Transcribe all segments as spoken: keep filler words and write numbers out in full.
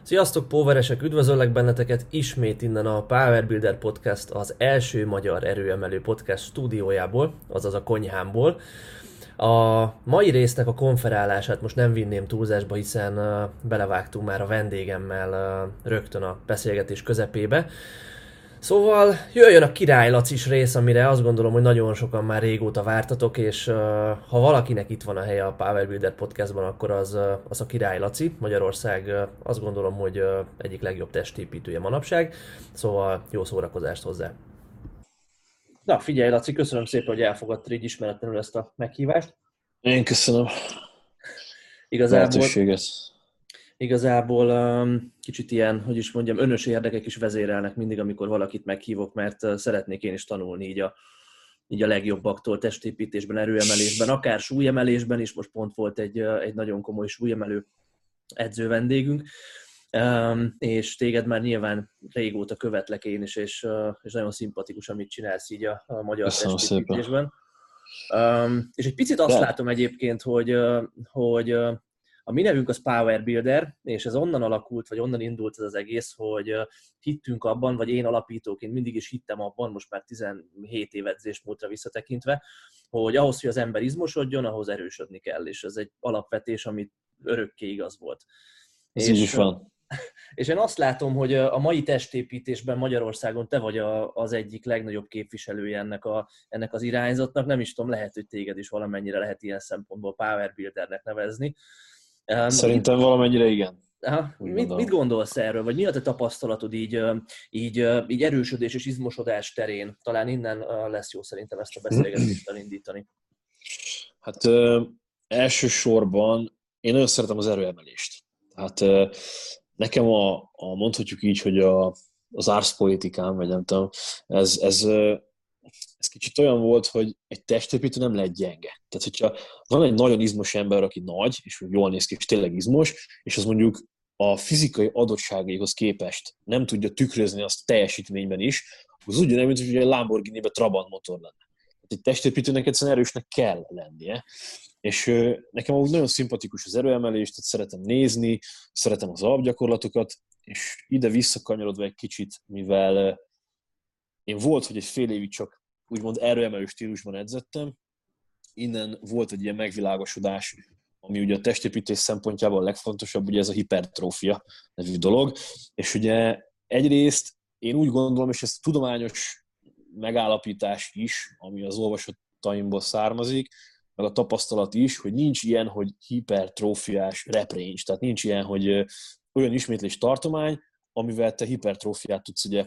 Sziasztok, Poweresek! Üdvözöllek benneteket ismét innen a Power Builder Podcast, az első magyar erőemelő podcast stúdiójából, azaz a konyhámból. A mai résznek a konferálását most nem vinném túlzásba, hiszen uh, belevágtunk már a vendégemmel uh, rögtön a beszélgetés közepébe. Szóval jöjjön a Király Lacis rész, amire azt gondolom, hogy nagyon sokan már régóta vártatok, és uh, ha valakinek itt van a helye a Power Builder Podcastban, akkor az, uh, az a Király Laci. Magyarország uh, azt gondolom, hogy uh, egyik legjobb testépítője manapság, szóval jó szórakozást hozzá. Na figyelj Laci, köszönöm szépen, hogy elfogadtad így ismeretlenül ezt a meghívást. Én köszönöm Igazából, lehetőséget. Igazából um, kicsit ilyen, hogy is mondjam, önös érdekek is vezérelnek mindig, amikor valakit meghívok, mert uh, szeretnék én is tanulni így a, így a legjobbaktól testépítésben, erőemelésben, akár súlyemelésben is. Most pont volt egy, uh, egy nagyon komoly súlyemelő edző vendégünk, um, és téged már nyilván régóta követlek én is, és, uh, és nagyon szimpatikus, amit csinálsz így a, a magyar Köszönöm testépítésben. Um, és egy picit azt De. látom egyébként, hogy, uh, hogy uh, a mi nevünk az Power Builder, és ez onnan alakult, vagy onnan indult ez az egész, hogy hittünk abban, vagy én alapítóként mindig is hittem abban, most már tizenhét év edzés múltra visszatekintve, hogy ahhoz, hogy az ember izmosodjon, ahhoz erősödni kell, és ez egy alapvetés, amit örökké igaz volt. Ez és, így is van. És én azt látom, hogy a mai testépítésben Magyarországon te vagy a, az egyik legnagyobb képviselője ennek, a, ennek az irányzatnak, nem is tudom, lehet, hogy téged is valamennyire lehet ilyen szempontból Power Buildernek nevezni. Szerintem mit, valamennyire igen. Aha, mit, mit gondolsz erről, vagy mi a te tapasztalatod így, így, így erősödés és izmosodás terén? Talán innen lesz jó szerintem ezt a beszélgetést elindítani. Hát ö, elsősorban én nagyon szeretem az erőemelést. Hát ö, nekem a, a, mondhatjuk így, hogy a, az árszpolitikám, vagy nem tudom, ez, ez, ö, ez kicsit olyan volt, hogy egy testépítő nem lehet gyenge. Tehát, hogyha van egy nagyon izmos ember, aki nagy, és jól néz ki, és tényleg izmos, és az mondjuk a fizikai adottságaihoz képest nem tudja tükrözni azt teljesítményben is, az ugyanúgy, mint hogy egy Lamborghini-be Trabant motor lenne. Tehát egy testépítőnek egyszerűen erősnek kell lennie. És ö, nekem úgy nagyon szimpatikus az erőemelés, tehát szeretem nézni, szeretem az alapgyakorlatokat, és ide visszakanyarodva egy kicsit, mivel ö, én volt, hogy egy fél évig csak úgymond erőemelő stílusban edzettem, innen volt egy ilyen megvilágosodás, ami ugye a testépítés szempontjából a legfontosabb, ugye ez a hipertrófia nevű dolog, és ugye egyrészt én úgy gondolom, és ez tudományos megállapítás is, ami az olvasattaimból származik, meg a tapasztalat is, hogy nincs ilyen, hogy hipertrófiás rep range, tehát nincs ilyen, hogy olyan ismétlés tartomány, amivel te hipertrófiát tudsz ugye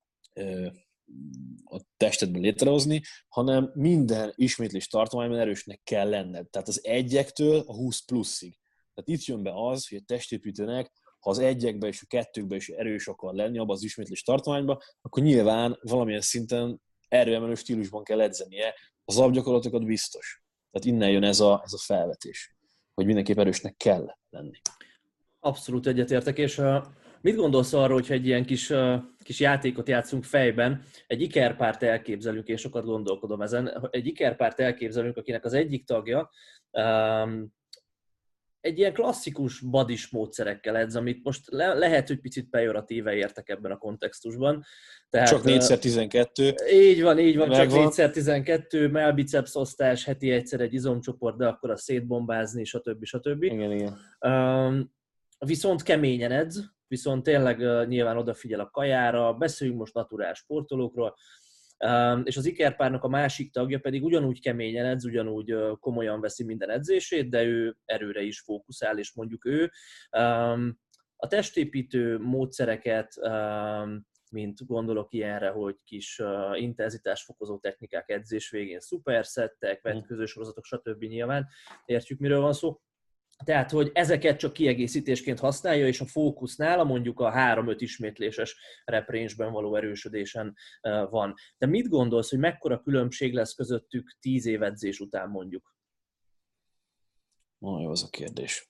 a testedben létrehozni, hanem minden ismétlés tartományban erősnek kell lenned. Tehát az egyektől a húsz pluszig. Tehát itt jön be az, hogy a testépítőnek, ha az egyekben és a kettőkben is erős akar lenni abban az ismétlés tartományban, akkor nyilván valamilyen szinten erőemelő stílusban kell edzenie. Az alapgyakorlatokat biztos. Tehát innen jön ez a, ez a felvetés, hogy mindenképp erősnek kell lenni. Abszolút egyetértek, és uh, mit gondolsz arról, hogyha egy ilyen kis, uh, kis játékot játszunk fejben, egy ikerpárt elképzelünk, én sokat gondolkodom ezen, egy ikerpárt elképzelünk, akinek az egyik tagja um, egy ilyen klasszikus badis módszerekkel edz, amit most le- lehet, hogy picit pejoratíve értek ebben a kontextusban. Tehát, csak négyszer tizenkettő. Így van, így van, megvan. Csak négyszer tizenkettő, melbiceps osztás, heti egyszer egy izomcsoport, de akkor a szétbombázni, stb. stb. Igen, igen. Um, viszont keményen edz, viszont tényleg uh, nyilván odafigyel a kajára, beszéljünk most naturál sportolókról, um, és az ikerpárnak a másik tagja pedig ugyanúgy keményen edz, ugyanúgy uh, komolyan veszi minden edzését, de ő erőre is fókuszál, és mondjuk ő um, a testépítő módszereket, um, mint gondolok ilyenre, hogy kis uh, intenzitásfokozó technikák edzés végén, szuperszettek, vetköző sorozatok, stb. Nyilván értjük, miről van szó. Tehát, hogy ezeket csak kiegészítésként használja, és a fókusznál mondjuk a három-öt ismétléses rep range-ben való erősödésen van. De mit gondolsz, hogy mekkora különbség lesz közöttük tíz év edzés után mondjuk? Na, jó az a kérdés.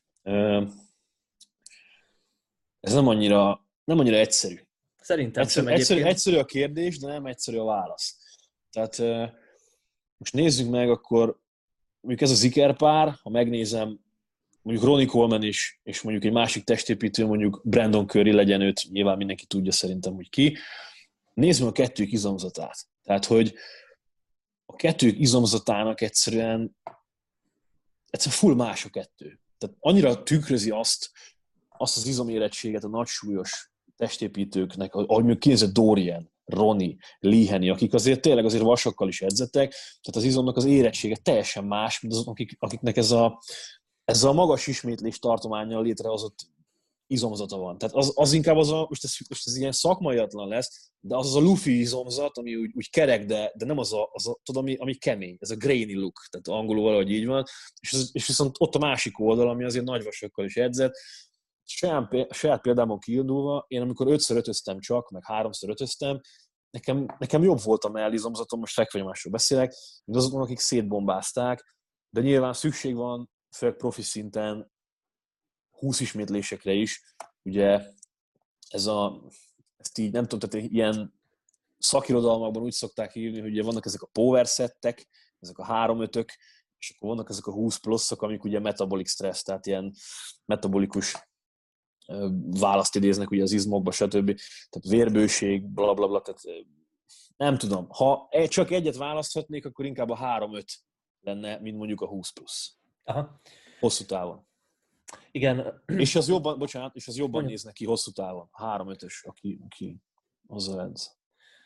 Ez nem annyira, nem annyira egyszerű. Szerintem egyszerű, sem egyszerű, egyébként. egyszerű a kérdés, de nem egyszerű a válasz. Tehát most nézzük meg akkor, mondjuk ez az ikerpár, ha megnézem mondjuk Ronnie Coleman is, és mondjuk egy másik testépítő, mondjuk Brandon Curry legyen, őt nyilván mindenki tudja szerintem, hogy ki. Nézd meg a kettők izomzatát. Tehát, hogy a kettők izomzatának egyszerűen, egyszerűen full más a kettő. Tehát annyira tükrözi azt, azt az izomérettséget a nagysúlyos testépítőknek, ahogy mondjuk kézzel Dorian, Ronnie, Liheni, akik azért tényleg azért vasakkal is edzettek, tehát az izomnak az érettsége teljesen más, mint azok, akik, akiknek ez a, ez a magas ismétlés tartománnyal létrehozott izomzata van. Tehát az, az inkább az a, most ez, most ez ilyen szakmaiatlan lesz, de az az a lufi izomzat, ami úgy, úgy kerek, de, de nem az a, az a tudod, ami, ami kemény, ez a grainy look, tehát angolul valahogy így van, és, az, és viszont ott a másik oldal, ami azért nagy vasakkal is edzett. Saját, saját példámon kiindulva, én amikor ötször ötöztem csak, meg háromszor ötöztem, nekem, nekem jobb volt a mellizomzatom, most fekvőnyomásról beszélek, mint azokon, akik szétbombázták, de nyilván szükség van, főleg profi szinten, húsz ismétlésekre is. Ugye ez a, ezt így nem tudom, tehát ilyen szakirodalmakban úgy szokták hívni, hogy ugye vannak ezek a power settek, ezek a három ötök, és akkor vannak ezek a húsz pluszok, amik ugye metabolic stress, tehát ilyen metabolikus választ idéznek ugye az izmokba, stb. Tehát vérbőség, blablabla, bla, bla, tehát nem tudom. Ha csak egyet választhatnék, akkor inkább a három öt lenne, mint mondjuk a húsz plusz. Aha. Hosszú távon. Igen. És az jobban, bocsánat, és az jobban Mondjuk. néz neki hosszú távon. három ötös, aki, aki hozzá edz.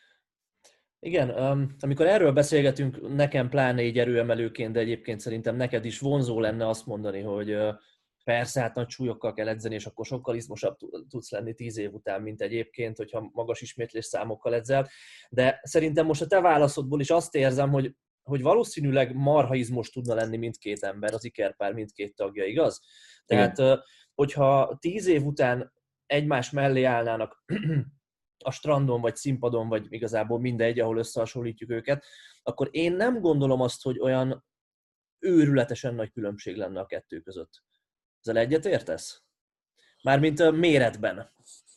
Igen, um, amikor erről beszélgetünk, nekem pláne így erőemelőként, de egyébként szerintem neked is vonzó lenne azt mondani, hogy uh, persze, hát nagy súlyokkal kell edzeni, és akkor sokkal izmosabb tudsz lenni tíz év után, mint egyébként, hogyha magas ismétlés számokkal edzel. De szerintem most a te válaszodból is azt érzem, hogy, hogy valószínűleg marha izmos tudna lenni mindkét ember, az ikerpár mindkét tagja, igaz? Tehát, uh, hogyha tíz év után egymás mellé állnának a strandon, vagy színpadon, vagy igazából mindegy, ahol összehasonlítjuk őket, akkor én nem gondolom azt, hogy olyan őrületesen nagy különbség lenne a kettő között. Ezzel egyet értesz? Mármint a méretben.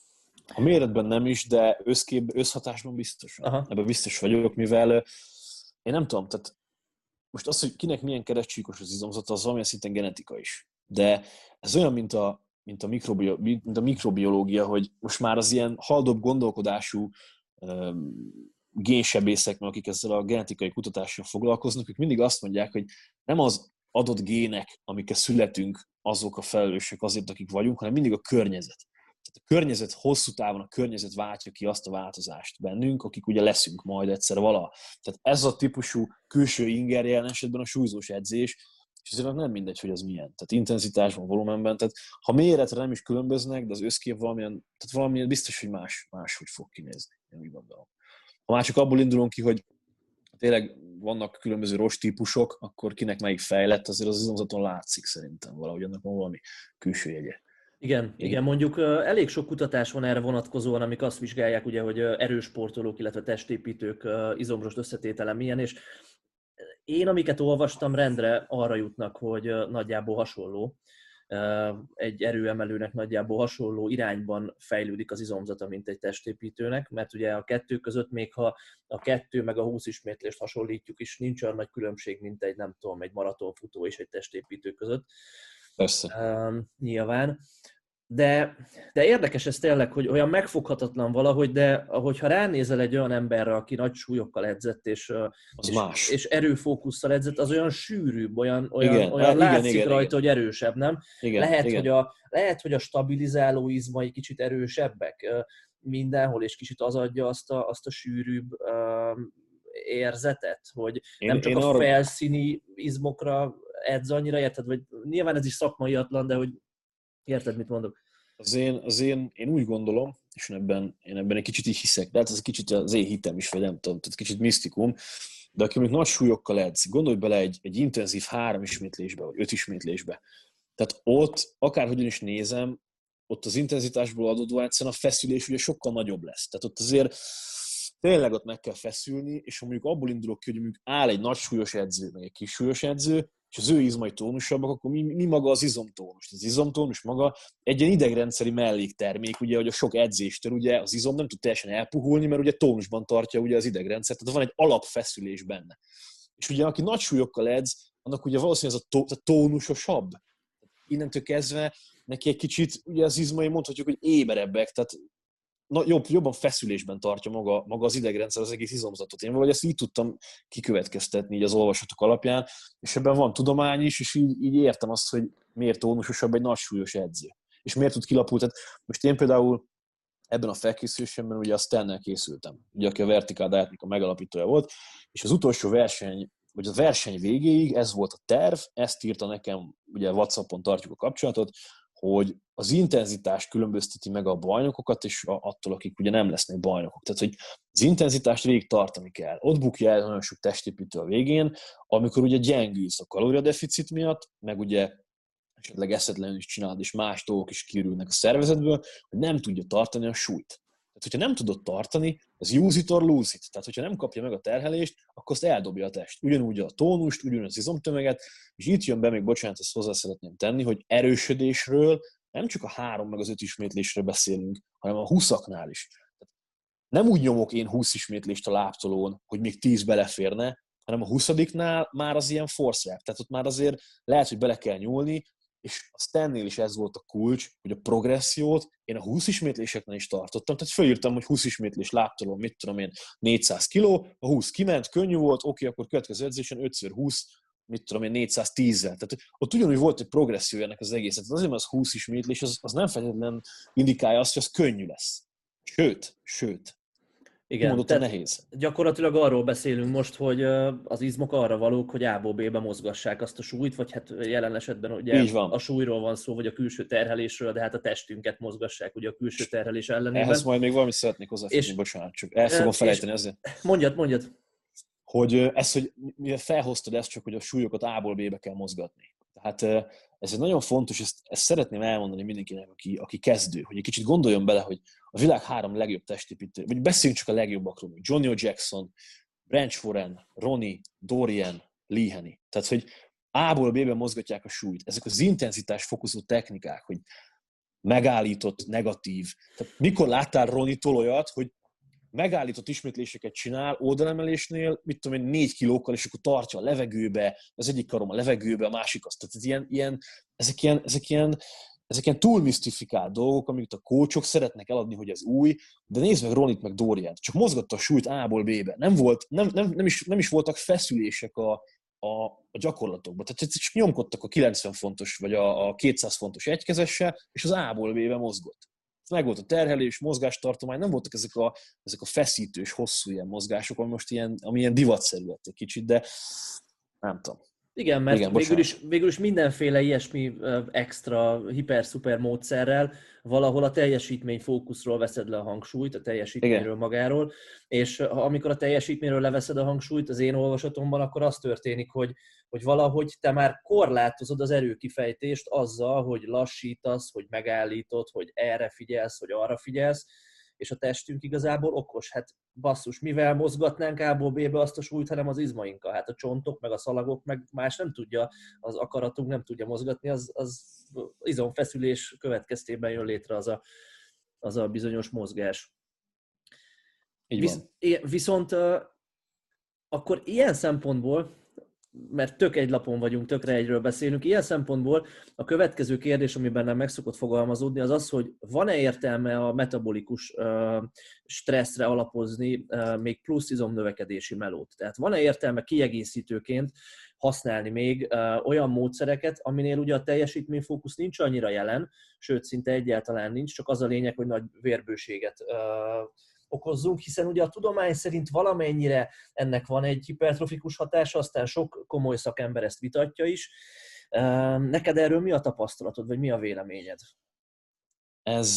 A méretben nem is, de összkép, összhatásban biztos. Aha. Ebben biztos vagyok, mivel én nem tudom, tehát most az, hogy kinek milyen keretcsíkos az izomzata, az valamilyen szinten genetika is. De ez olyan, mint a mint a, mikrobi- mint a mikrobiológia, hogy most már az ilyen haldobb gondolkodású um, génsebészek, akik ezzel a genetikai kutatással foglalkoznak, ők mindig azt mondják, hogy nem az adott gének, amikkel születünk, azok a felelősök azért, akik vagyunk, hanem mindig a környezet. Tehát a környezet hosszú távon, a környezet váltja ki azt a változást bennünk, akik ugye leszünk majd egyszer valaha. Tehát ez a típusú külső inger jelen esetben a súlyzós edzés, és azért nem mindegy, hogy az milyen. Tehát intenzitásban, volumenben. Tehát ha méretre nem is különböznek, de az összkép valamilyen, tehát valamilyen biztos, hogy más, máshogy fog kinézni. Én úgy gondolom. Ha már csak abból indulunk ki, hogy tényleg vannak különböző rostípusok, akkor kinek melyik fejlett, azért az izomzaton látszik szerintem valahogy, annak van valami külső jegye. Igen, Én... igen, mondjuk elég sok kutatás van erre vonatkozóan, amik azt vizsgálják, ugye, hogy erős sportolók, illetve testépítők izomrost összetétele milyen, és én, amiket olvastam, rendre arra jutnak, hogy nagyjából hasonló. Egy erőemelőnek nagyjából hasonló irányban fejlődik az izomzata, mint egy testépítőnek, mert ugye a kettő között, még ha a kettő meg a húsz ismétlést hasonlítjuk is, nincs olyan nagy különbség, mint egy, nem tudom, egy maratonfutó és egy testépítő között. Persze. Uh, nyilván. De, de érdekes ez tényleg, hogy olyan megfoghatatlan valahogy, de hogyha ránézel egy olyan emberre, aki nagy súlyokkal edzett, és, és, és erőfókusszal edzett, az olyan sűrűbb, olyan, olyan, igen, olyan igen, látszik igen, rajta, igen. hogy erősebb, nem? Igen, lehet, igen. Hogy a, lehet, hogy a stabilizáló izmai kicsit erősebbek mindenhol, és kicsit az adja azt a, azt a sűrűbb uh, érzetet, hogy én, nem csak a arra... felszíni izmokra edz annyira, érted? Vagy nyilván ez is szakmaiatlan, de hogy érted, mit mondok? Az én, az én, én úgy gondolom, és én ebben, én ebben egy kicsit így hiszek, de hát ez kicsit az én hitem is, vagy nem tudom, tehát kicsit misztikum, de aki még nagy súlyokkal edz, gondolj bele egy, egy intenzív három ismétlésbe, vagy öt ismétlésbe. Tehát ott, akárhogyan is nézem, ott az intenzitásból adódóan egyszerűen a feszülés ugye sokkal nagyobb lesz. Tehát ott azért tényleg ott meg kell feszülni, és ha mondjuk abból indulok ki, hogy mondjuk áll egy nagy súlyos edző, meg egy kis súlyos edző, és az ő izmai tónusabbak, akkor mi, mi maga az izomtónus? Az izomtónus maga egy ilyen idegrendszeri melléktermék, ugye, hogy a sok edzéstől ugye az izom nem tud teljesen elpuhulni, mert ugye tónusban tartja ugye az idegrendszert, tehát van egy alapfeszülés benne. És ugye aki nagy súlyokkal edz, annak ugye valószínűleg ez a, tó, a tónusosabb innentől kezdve neki egy kicsit, ugye az izmai mondhatjuk, hogy éberebbek, tehát na, jobb, jobban feszülésben tartja maga, maga az idegrendszer az egész izomzatot. Én valahogy ezt így tudtam kikövetkeztetni így az olvasatok alapján, és ebben van tudomány is, és így, így értem azt, hogy miért tónusosabb egy nagy súlyos edző. És miért tud kilapulni. Tehát most én például ebben a felkészülésemben ugye a Stannel készültem, ugye, aki a Vertical Dietnek a megalapítója volt, és az utolsó verseny, vagy a verseny végéig ez volt a terv, ezt írta nekem, ugye WhatsAppon tartjuk a kapcsolatot, hogy az intenzitás különbözteti meg a bajnokokat, és attól, akik ugye nem lesznek bajnokok. Tehát, hogy az intenzitást végig tartani kell. Ott bukja el nagyon sok testépítő a végén, amikor ugye gyengülsz a kalóriadeficit miatt, meg ugye esetleg eszetlenül is csinálod, és más dolgok is kirülnek a szervezetből, hogy nem tudja tartani a súlyt. Tehát, hogyha nem tudod tartani, az use it or lose it. Tehát, hogyha nem kapja meg a terhelést, akkor azt eldobja a test. Ugyanúgy a tónust, ugyanúgy az izomtömeget, és itt jön be, még bocsánat, ezt hozzá szeretném tenni, hogy erősödésről nem csak a három meg az öt ismétlésről beszélünk, hanem a húszaknál is. Nem úgy nyomok én húsz ismétlést a lábtolón, hogy még tíz beleférne, hanem a huszadiknál már az ilyen force rep. Tehát ott már azért lehet, hogy bele kell nyúlni, és a Stannél is ez volt a kulcs, hogy a progressziót én a húsz ismétléseknél is tartottam, tehát fölírtam, hogy húsz ismétlés lábtolom, mit tudom én, négyszáz kiló, a húsz kiment, könnyű volt, oké, akkor következő edzésen ötször húsz, mit tudom én, négyszáztízzel. Tehát ott ugyanúgy volt egy progresszió ennek az egészet. Tehát azért, mert az húsz ismétlés, az, az nem feltétlenül indikálja azt, hogy az könnyű lesz. Sőt, sőt. Igen, mondottam, nehéz. Gyakorlatilag arról beszélünk most, hogy az izmok arra valók, hogy A-ból B-be mozgassák azt a súlyt, vagy hát jelen esetben ugye a súlyról van szó, vagy a külső terhelésről, de hát a testünket mozgassák ugye a külső terhelés ellenében. Ehhez majd még valamit szeretnék hozzáfűzni, bocsánat, csak el fogom felejteni ezért. Mondjad, mondjad. Hogy ez, hogy mivel felhoztad ezt csak, hogy a súlyokat A-ból B-be kell mozgatni. Tehát ez egy nagyon fontos, ezt, ezt szeretném elmondani mindenkinek, aki, aki kezdő, hogy egy kicsit gondoljon bele, hogy a világ három legjobb testépítő, vagy beszéljünk csak a legjobbakról, Johnny O. Jackson, Branch Warren, Ronnie, Dorian, Lee Haney. Tehát, hogy A-ból B-be mozgatják a súlyt. Ezek az intenzitás fokozó technikák, hogy megállított, negatív. Tehát mikor láttál Ronnie-tól olyat, hogy megállított ismétléseket csinál oldalemelésnél, mit tudom én, négy kilókkal, és akkor tartja a levegőbe, az egyik karom a levegőbe, a másik azt. Tehát ilyen, ilyen, ezek, ilyen, ezek, ilyen, ezek ilyen túl misztifikált dolgok, amiket a coachok szeretnek eladni, hogy ez új, de nézd meg Ronit, meg Doriant, csak mozgatta a súlyt A-ból B-be. Nem, volt, nem, nem, nem, is, nem is voltak feszülések a, a, a gyakorlatokban. Tehát csak nyomkodtak a kilencven fontos, vagy a, a kétszáz fontos egykezessel, és az A-ból B-be mozgott. Meg volt a terhelés, mozgástartomány, nem voltak ezek a, ezek a feszítős, hosszú ilyen mozgások, ami most ilyen, ami ilyen divatszerű lett egy kicsit, de nem tudom. Igen, mert Igen, végül, is, végül is mindenféle ilyesmi extra, hiper-szuper módszerrel valahol a teljesítmény fókuszról veszed le a hangsúlyt, a teljesítményről Igen. magáról, és amikor a teljesítményről leveszed a hangsúlyt az én olvasatomban, akkor az történik, hogy, hogy valahogy te már korlátozod az erőkifejtést azzal, hogy lassítasz, hogy megállítod, hogy erre figyelsz, hogy arra figyelsz, és a testünk igazából okos. Hát basszus, mivel mozgatnánk A-ból B-be azt a súlyt, hanem az izmainkkal. Hát a csontok, meg a szalagok, meg más nem tudja, az akaratunk nem tudja mozgatni, az, az izomfeszülés következtében jön létre az a, az a bizonyos mozgás. Így van. Visz, viszont akkor ilyen szempontból, mert tök egy lapon vagyunk, tökre egyről beszélünk, ilyen szempontból a következő kérdés, ami bennem meg szokott fogalmazódni, az az, hogy van-e értelme a metabolikus uh, stresszre alapozni uh, még plusz izomnövekedési melót? Tehát van-e értelme kiegészítőként használni még uh, olyan módszereket, aminél ugye a teljesítményfókusz nincs annyira jelen, sőt, szinte egyáltalán nincs, csak az a lényeg, hogy nagy vérbőséget uh, okozzunk, hiszen ugye a tudomány szerint valamennyire ennek van egy hipertrofikus hatása, aztán sok komoly szakember ezt vitatja is. Neked erről mi a tapasztalatod, vagy mi a véleményed? Ez,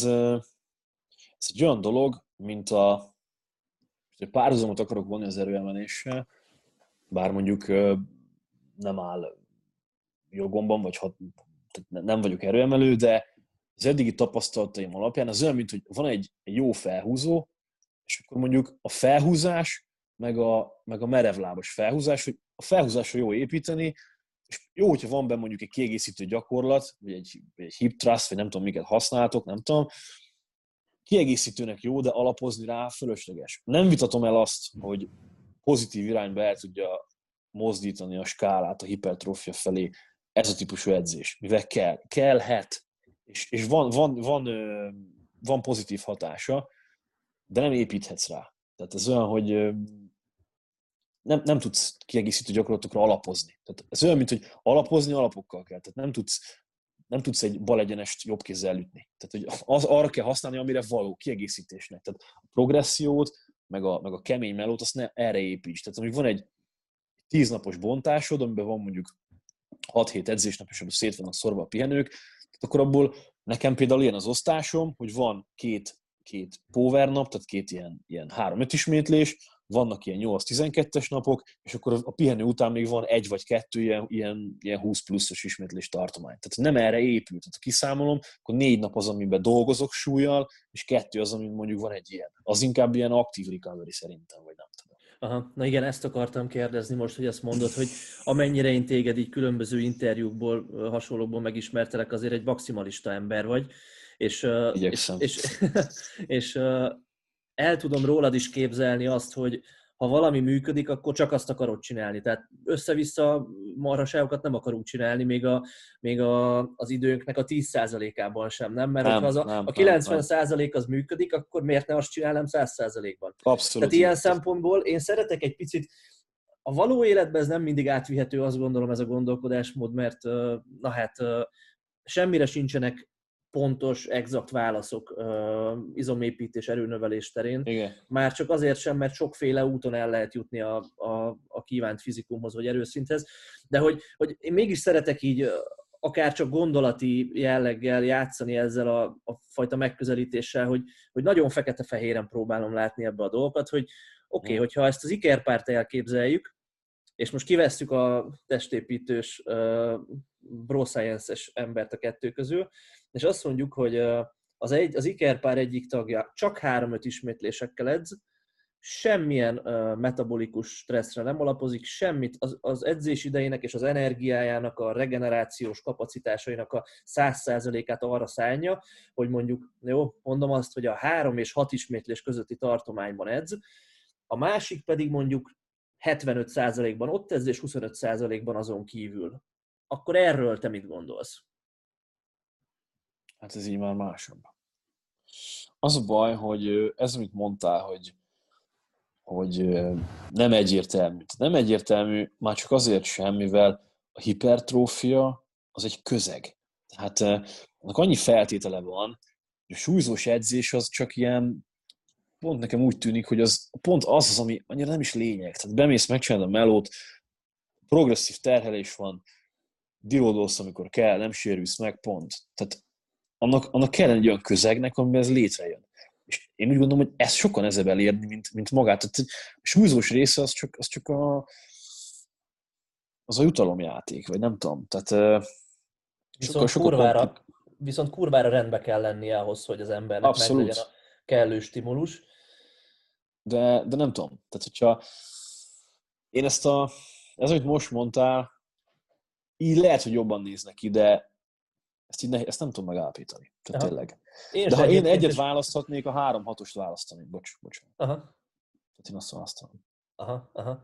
ez egy olyan dolog, mint a... Párhuzamot akarok vonni az erőemeléssel, bár mondjuk nem áll jogomban, vagy ha nem vagyok erőemelő, de az eddigi tapasztalataim alapján az olyan, mint hogy van egy jó felhúzó, és akkor mondjuk a felhúzás, meg a, meg a merevlábas felhúzás, hogy a felhúzásra jó építeni, és jó, hogyha van benne mondjuk egy kiegészítő gyakorlat, vagy egy, egy hip thrust, vagy nem tudom, miket használtok, nem tudom. Kiegészítőnek jó, de alapozni rá fölösleges. Nem vitatom el azt, hogy pozitív irányba el tudja mozdítani a skálát a hipertrófia felé ez a típusú edzés, mivel kell, kellhet, és, és van, van, van, van pozitív hatása, de nem építhetsz rá. Tehát ez olyan, hogy nem, nem tudsz kiegészítő gyakorlatokra alapozni. Tehát ez olyan, mint hogy alapozni alapokkal kell. Tehát nem tudsz, nem tudsz egy balegyenest jobb kézzel ütni. Tehát hogy az, arra kell használni, amire való, kiegészítésnek. Tehát a progressziót, meg a, meg a kemény melót, azt ne erre építs. Tehát amíg van egy tíznapos bontásod, amiben van mondjuk hat-hét edzésnap, és abban szét vannak szorva a pihenők, tehát akkor abból nekem például ilyen az osztásom, hogy van két, két power nap, tehát két ilyen, ilyen három-öt ismétlés, vannak ilyen nyolc-tizenkettes napok, és akkor a pihenő után még van egy vagy kettő ilyen, ilyen, ilyen húsz pluszos ismétlés tartomány. Tehát nem erre épült. Tehát ha kiszámolom, akkor négy nap az, amiben dolgozok súlyjal, és kettő az, amin mondjuk van egy ilyen. Az inkább ilyen aktív recovery szerintem, vagy nem tudom. Aha, na igen, ezt akartam kérdezni most, hogy ezt mondod, hogy amennyire én téged így különböző interjúkból, hasonlókból megismertelek, azért egy maximalista ember vagy, és, és, és, és el tudom rólad is képzelni azt, hogy ha valami működik, akkor csak azt akarod csinálni. Tehát össze-vissza marhaságokat nem akarunk csinálni, még, a, még a, az időnknek a tíz százalékában sem, nem? Mert nem, ha az a, nem, a kilencven százalék az működik, akkor miért ne azt csinálnám száz százalékban? Abszolút. Tehát ilyen szempontból én szeretek egy picit, a való életben ez nem mindig átvihető, azt gondolom, ez a gondolkodásmód, mert na hát semmire sincsenek pontos, exakt válaszok uh, izomépítés, erőnövelés terén. Igen. Már csak azért sem, mert sokféle úton el lehet jutni a, a, a kívánt fizikumhoz, vagy erőszinthez. De hogy, hogy én mégis szeretek így akár csak gondolati jelleggel játszani ezzel a, a fajta megközelítéssel, hogy, hogy nagyon fekete-fehéren próbálom látni ebbe a dolgokat, hogy oké, okay, hogyha ezt az ikerpárt elképzeljük, és most kivesszük a testépítős uh, bro science-es embert a kettő közül, és azt mondjuk, hogy az, egy, az ikerpár egyik tagja csak három-öt ismétlésekkel edz, semmilyen uh, metabolikus stresszre nem alapozik, semmit az, az edzés idejének és az energiájának, a regenerációs kapacitásainak a száz százalékát arra szánja, hogy mondjuk, jó, mondom azt, hogy a három és hat ismétlés közötti tartományban edz, a másik pedig mondjuk hetvenöt százalékban ott edz, és huszonöt százalékban azon kívül. Akkor erről te mit gondolsz? Hát ez így már másabb. Az a baj, hogy ez, amit mondtál, hogy, hogy nem egyértelmű. Nem egyértelmű már csak azért sem, mivel a hipertrófia az egy közeg. Tehát annak annyi feltétele van, hogy a súlyzós edzés az csak ilyen, pont nekem úgy tűnik, hogy az pont az az, ami annyira nem is lényeg. Tehát bemész, megcsinálod a melót, progresszív terhelés van, diródolsz, amikor kell, nem sérülsz meg, pont. Tehát annak, annak kell egy olyan közegnek, amiben ez létrejön. És én úgy gondolom, hogy ezt sokkal nehezebb elérni, mint, mint magát. Tehát a súlyzós része az csak, az csak a, az a jutalomjáték, vagy nem tudom. Tehát viszont, sokkal, kurvára, sokkal viszont kurvára rendbe kell lennie ahhoz, hogy az embernek abszolút meglegyen a kellő stimulus. De, de nem tudom. Tehát, hogyha én ezt a, ez, amit most mondtál, így lehet, hogy jobban néznek ki, de ezt, így ne, ezt nem tudom megállapítani. Tehát aha. Tényleg. Én de ha én egyet is választhatnék, a három-hatost választanék. Bocs, bocs. Aha. Tehát én azt választanám. Aha, aha.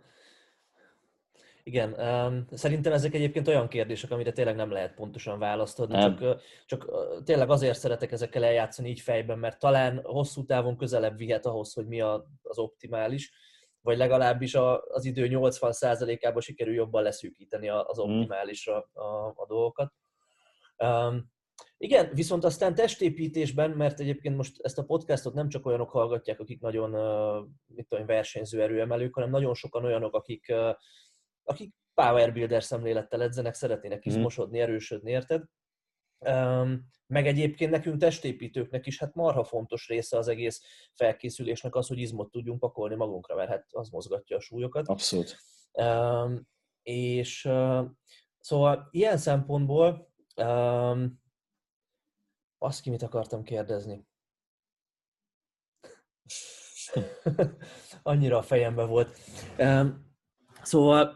Igen, um, szerintem ezek egyébként olyan kérdések, amire tényleg nem lehet pontosan választ adni, csak, csak uh, tényleg azért szeretek ezekkel eljátszani így fejben, mert talán hosszú távon közelebb vihet ahhoz, hogy mi a, az optimális, vagy legalábbis a, az idő nyolcvan százalékában sikerül jobban leszűkíteni az optimálisra a, a dolgokat. Um, igen, viszont aztán testépítésben, mert egyébként most ezt a podcastot nem csak olyanok hallgatják, akik nagyon uh, mit tudom, versenyző erőemelők, hanem nagyon sokan olyanok, akik, uh, akik power builder szemlélettel edzenek, szeretnének izmosodni, erősödni, érted? Um, meg egyébként nekünk testépítőknek is hát marha fontos része az egész felkészülésnek az, hogy izmot tudjunk pakolni magunkra, mert hát az mozgatja a súlyokat. Abszolút. Um, és uh, szóval ilyen szempontból Um, azt ki, mit akartam kérdezni? Annyira a fejembe volt. Um, szóval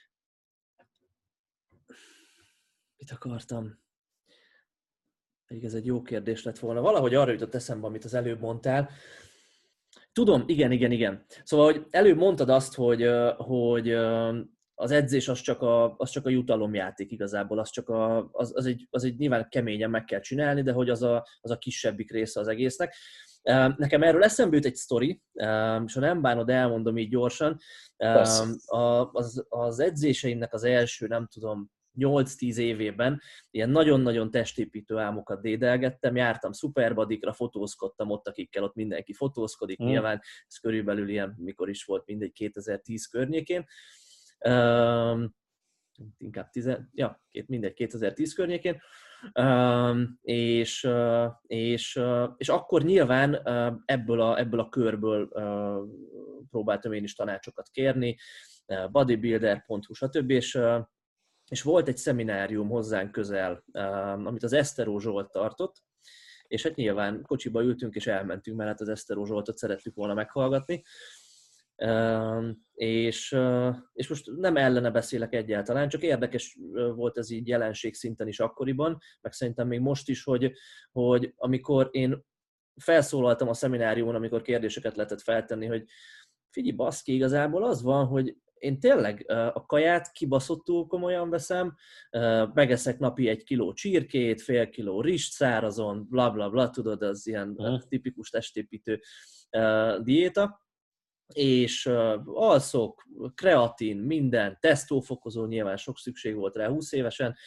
mit akartam? Pedig ez egy jó kérdés lett volna. Valahogy arra jutott eszembe, amit az előbb mondtál. Tudom, igen, igen, igen. Szóval, hogy előbb mondtad azt, hogy, hogy az edzés az csak a, az csak a jutalomjáték igazából, az, csak a, az, az, egy, az egy nyilván keményen meg kell csinálni, de hogy az a, az a kisebbik része az egésznek. Nekem erről eszembe jut egy sztori, és ha nem bánod, elmondom így gyorsan. Persze. Az, az edzéseimnek az első, nem tudom, nyolc-tíz évében ilyen nagyon-nagyon testépítő álmokat dédelgettem, jártam szuperbadikra, fotózkodtam ott, akikkel ott mindenki fotózkodik, mm. nyilván ez körülbelül ilyen, mikor is volt, mindegy kétezer-tíz környékén. Um, inkább tíz, ja, mindegy, kétezer-tíz környékén, um, és, uh, és, uh, és akkor nyilván uh, ebből, a, ebből a körből uh, próbáltam én is tanácsokat kérni, uh, bodybuilder pont hu, stb. És, uh, és volt egy szeminárium hozzánk közel, uh, amit az Eszteró Zsolt tartott, és hát nyilván kocsiba ültünk és elmentünk, mert hát az Eszteró Zsoltot szerettük volna meghallgatni. Uh, és, uh, és most nem ellene beszélek egyáltalán, csak érdekes volt ez így jelenség szinten is akkoriban, meg szerintem még most is, hogy, hogy amikor én felszólaltam a szemináriumon, amikor kérdéseket lehetett feltenni, hogy figyelj baszki, igazából az van, hogy én tényleg a kaját kibaszottul komolyan veszem, megeszek napi egy kiló csirkét, fél kiló rizst szárazon, bla bla bla, tudod, az ilyen uh-huh. tipikus testépítő diéta, és uh, alszok, kreatin, minden, tesztófokozó, nyilván sok szükség volt rá húsz évesen,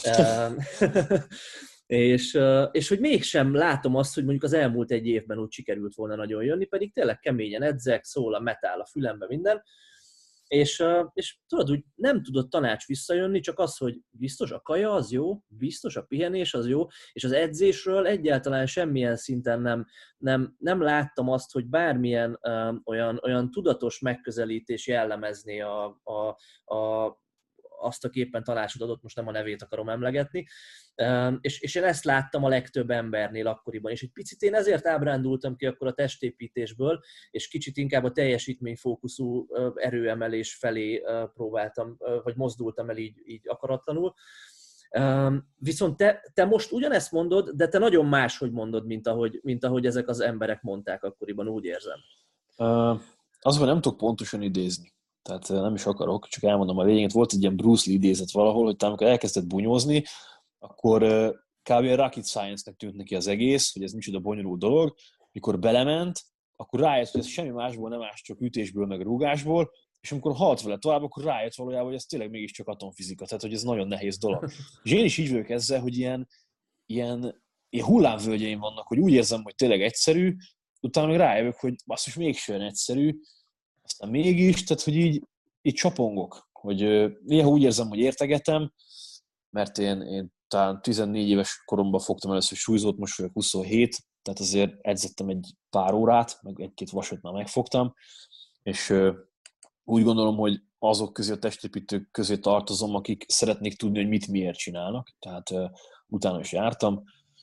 és, uh, és hogy mégsem látom azt, hogy mondjuk az elmúlt egy évben úgy sikerült volna nagyon jönni, pedig tényleg keményen edzek, szól a metál a fülembe, minden, és, uh, és tudod, úgy nem tudott tanács visszajönni, csak az, hogy biztos a kaja az jó, biztos a pihenés az jó, és az edzésről egyáltalán semmilyen szinten nem, nem, nem láttam azt, hogy bármilyen um, olyan, olyan tudatos megközelítés jellemezné a, a, a, azt a képen tanácsot adott, most nem a nevét akarom emlegetni, um, és, és én ezt láttam a legtöbb embernél akkoriban, és egy picit én ezért ábrándultam ki akkor a testépítésből, és kicsit inkább a teljesítményfókuszú uh, erőemelés felé uh, próbáltam, uh, vagy mozdultam el így, így akaratlanul. Um, viszont te, te most ugyanezt mondod, de te nagyon máshogy mondod, mint ahogy, mint ahogy ezek az emberek mondták akkoriban, úgy érzem. Uh, azonban nem tudok pontosan idézni. Tehát nem is akarok, csak elmondom a lényeget. Volt egy ilyen Bruce Lee idézet valahol, hogy talán amikor elkezdett bunyózni, akkor kb. Rocket Science-nek tűnt neki az egész, hogy ez micsoda bonyolult dolog. Mikor belement, akkor rájött, hogy ez semmi másból nem más, csak ütésből, meg rúgásból, és amikor halt vele tovább, akkor rájött valójában, hogy ez tényleg mégiscsak atomfizika, tehát hogy ez nagyon nehéz dolog. És én is így vagyok ezzel, hogy ilyen, ilyen, ilyen hullámvölgyeim vannak, hogy úgy érzem, hogy tényleg egyszerű, utána még rájövök, hogy basszus mégsem olyan egyszerű, aztán mégis, tehát hogy így, így csapongok, hogy uh, néha úgy érzem, hogy értegetem, mert én, én talán tizennégy éves koromban fogtam először súlyzót, most vagyok huszonhét, tehát azért edzettem egy pár órát, meg egy-két vasat már megfogtam, és uh, úgy gondolom, hogy azok közé, a testépítők közé tartozom, akik szeretnék tudni, hogy mit miért csinálnak, tehát uh, utána is jártam,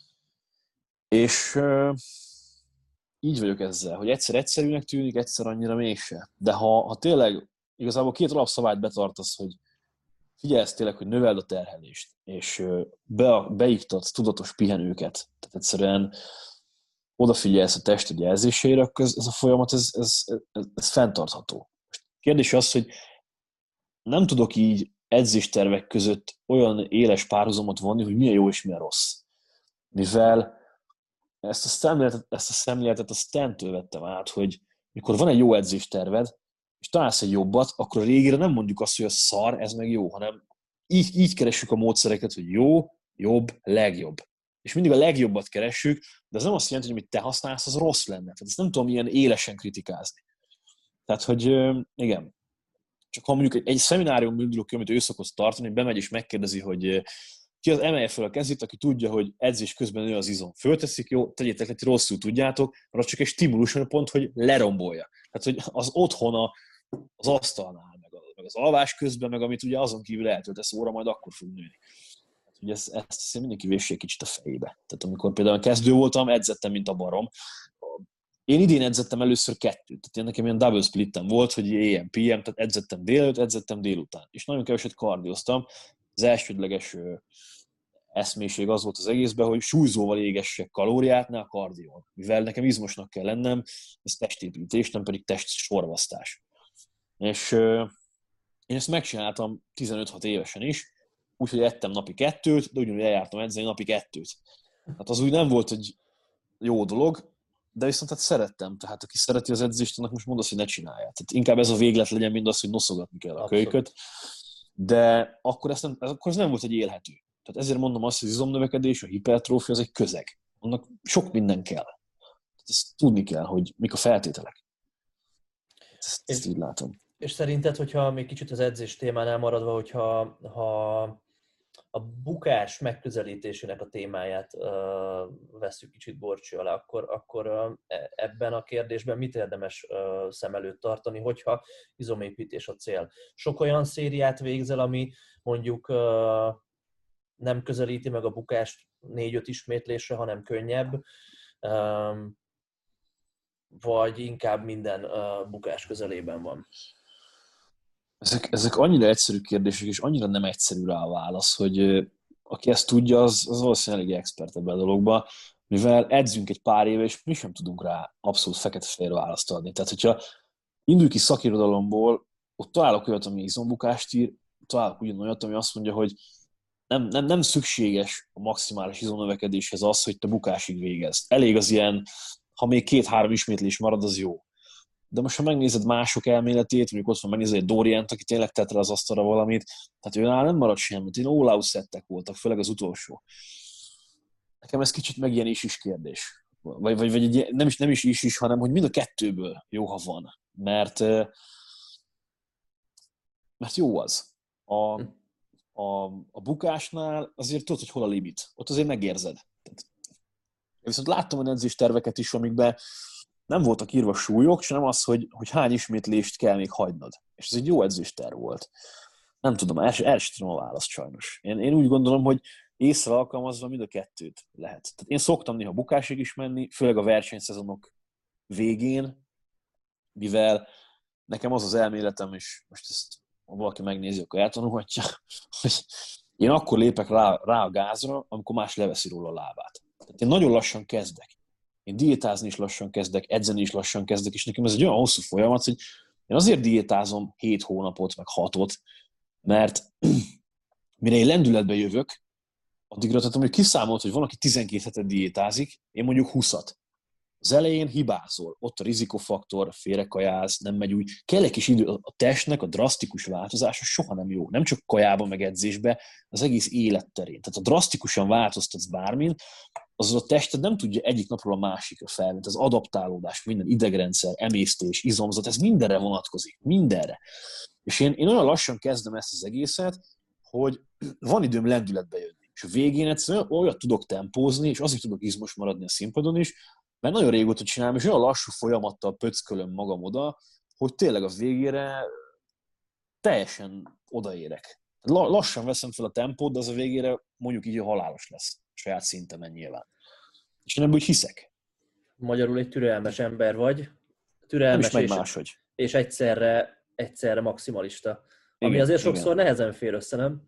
és uh, így vagyok ezzel, hogy egyszer egyszerűnek tűnik, egyszer annyira mégse. De ha, ha tényleg igazából két alapszabályt betartasz, hogy figyelsz tényleg, hogy növeld a terhelést, és be, beiktatsz tudatos pihenőket, tehát egyszerűen odafigyelsz a tested jelzésére, akkor ez, ez a folyamat, ez, ez, ez, ez fenntartható. Kérdés az, hogy nem tudok így edzéstervek között olyan éles párhuzamot vonni, hogy mi a jó és mi a rossz. Mivel Ezt a szemléletet, ezt a szemléletet a Stan-től vettem át, hogy mikor van egy jó edzésterved, és találsz egy jobbat, akkor a régire nem mondjuk azt, hogy a szar, ez meg jó, hanem így, így keressük a módszereket, hogy jó, jobb, legjobb. És mindig a legjobbat keressük, de ez nem azt jelenti, hogy amit te használsz, az rossz lenne. Tehát ezt nem tudom ilyen élesen kritikázni. Tehát, hogy igen. Csak ha mondjuk egy, egy szeminárium indulok ki, amit ő szokott tartani, hogy bemegy és megkérdezi, hogy ki az emelje fel a kezét, aki tudja, hogy edzés közben nő az izom. Fölteszik, jó, tegyétek le, hogy rosszul tudjátok, mert az csak egy stimulus pont, hogy lerombolja. Tehát, hogy az otthona az asztalnál, meg, a, meg az alvás közben, meg amit ugye azon kívül eltöltesz óra, majd akkor fog nőni. Tehát, ugye ezt, ezt mindenki véssék kicsit a fejébe. Tehát amikor például kezdő voltam, edzettem, mint a barom. Én idén edzettem először kettőt. Tehát én nekem ilyen double splittem volt, hogy á em pé em, tehát edzettem délelőtt, edzettem délután. És nagyon keveset kardioztam. Az elsődleges eszméség az volt az egészben, hogy súlyzóval égessek kalóriát, ne a kardión. Mivel nekem izmosnak kell lennem, ez testépítés, nem pedig testsorvasztás. És Én ezt megcsináltam tizenöt-hat évesen is, úgyhogy ettem napi kettőt, de ugyanúgy eljártam edzeni napi kettőt. Hát az úgy nem volt egy jó dolog, de viszont hát szerettem. Tehát aki szereti az edzést, annak most mondasz, hogy ne csinálja. Tehát inkább ez a véglet legyen, mint az, hogy noszogatni kell a Abszolút. kölyköt. De akkor, ezt nem, akkor ez nem volt egy élhető. Tehát ezért mondom azt, hogy az izomnövekedés, a hipertrófia az egy közeg. Annak sok minden kell. Ezt tudni kell, hogy mik a feltételek. Ezt, ezt így látom. És szerinted, hogyha még kicsit az edzés témánál maradva, hogyha ha a bukás megközelítésének a témáját uh, vesszük kicsit gorcső alá, akkor, akkor uh, ebben a kérdésben mit érdemes uh, szem előtt tartani, hogyha izomépítés a cél? Sok olyan szériát végzel, ami mondjuk uh, nem közelíti meg a bukást négy-öt ismétlésre, hanem könnyebb, um, vagy inkább minden uh, bukás közelében van? Ezek, ezek annyira egyszerű kérdések, és annyira nem egyszerű rá a válasz, hogy aki ezt tudja, az, az valószínűleg elég expert ebben a dologban, mivel edzünk egy pár éve, és mi sem tudunk rá abszolút fekete-fehér választ adni. Tehát, hogyha indulj ki szakirodalomból, ott találok olyat, ami izombukást ír, találok ugyanolyat, ami azt mondja, hogy nem, nem, nem szükséges a maximális izomnövekedéshez az, hogy te bukásig végezd. Elég az ilyen, ha még két-három ismétlés marad, az jó. De most, ha megnézed mások elméletét, mondjuk ott van megnézed egy Dorient, aki tényleg tett rá az asztalra valamit, tehát őnál nem marad semmit. Én all-out szettek voltak, főleg az utolsó. Nekem ez kicsit meg ilyen is-is kérdés. Vagy, vagy, vagy egy, nem, is, nem is is-is, hanem hogy mind a kettőből jó, ha van. Mert, mert jó az. A, a, a bukásnál azért tudod, hogy hol a limit. Ott azért megérzed. Tehát, viszont láttam olyan edzésterveket is, amikben nem voltak írva súlyok, hanem az, hogy, hogy hány ismétlést kell még hagynod. És ez egy jó edzésterv volt. Nem tudom, el, el sem tudom a választ sajnos. Én, én úgy gondolom, hogy észre alkalmazva mind a kettőt lehet. Tehát én szoktam néha bukásig is menni, főleg a versenyszezonok végén, mivel nekem az az elméletem, és most ezt, ha valaki megnézi, akkor eltanulhatja, hogy én akkor lépek rá, rá a gázra, amikor más leveszi róla a lábát. Tehát én nagyon lassan kezdek. Én diétázni is lassan kezdek, edzeni is lassan kezdek, és nekem ez egy olyan hosszú folyamat, hogy én azért diétázom hét hónapot, meg hatot, mert mire én lendületbe jövök, addigra tehát, hogy kiszámolt, hogy valaki tizenkét hetet diétázik, én mondjuk húszat. Az elején hibázol, ott a rizikofaktor, félrekajáz, nem megy úgy. Kell egy kis idő, a testnek a drasztikus változása soha nem jó. Nem csak kajában, meg edzésben, az egész életterén. Tehát ha drasztikusan változtatsz bármin, az a tested nem tudja egyik napról a másikra felvenni. Az adaptálódás, minden idegrendszer, emésztés, izomzat, ez mindenre vonatkozik. Mindenre. És én, én olyan lassan kezdem ezt az egészet, hogy van időm lendületbe jönni. És a végén egyszerűen olyat tudok tempózni, és azért tudok izmos maradni a színpadon is, mert nagyon régóta csinálom, és olyan lassú folyamattal pöckölöm magam oda, hogy tényleg a végére teljesen odaérek. Lassan veszem fel a tempót, de az a végére mondjuk így halálos lesz. Saját szintemen nyilván. És én ebből úgy hiszek. Magyarul egy türelmes ember vagy. Türelmes Türelmes és, máshogy. és egyszerre, egyszerre maximalista. Ami Igen, azért igen. sokszor nehezen fér össze, nem?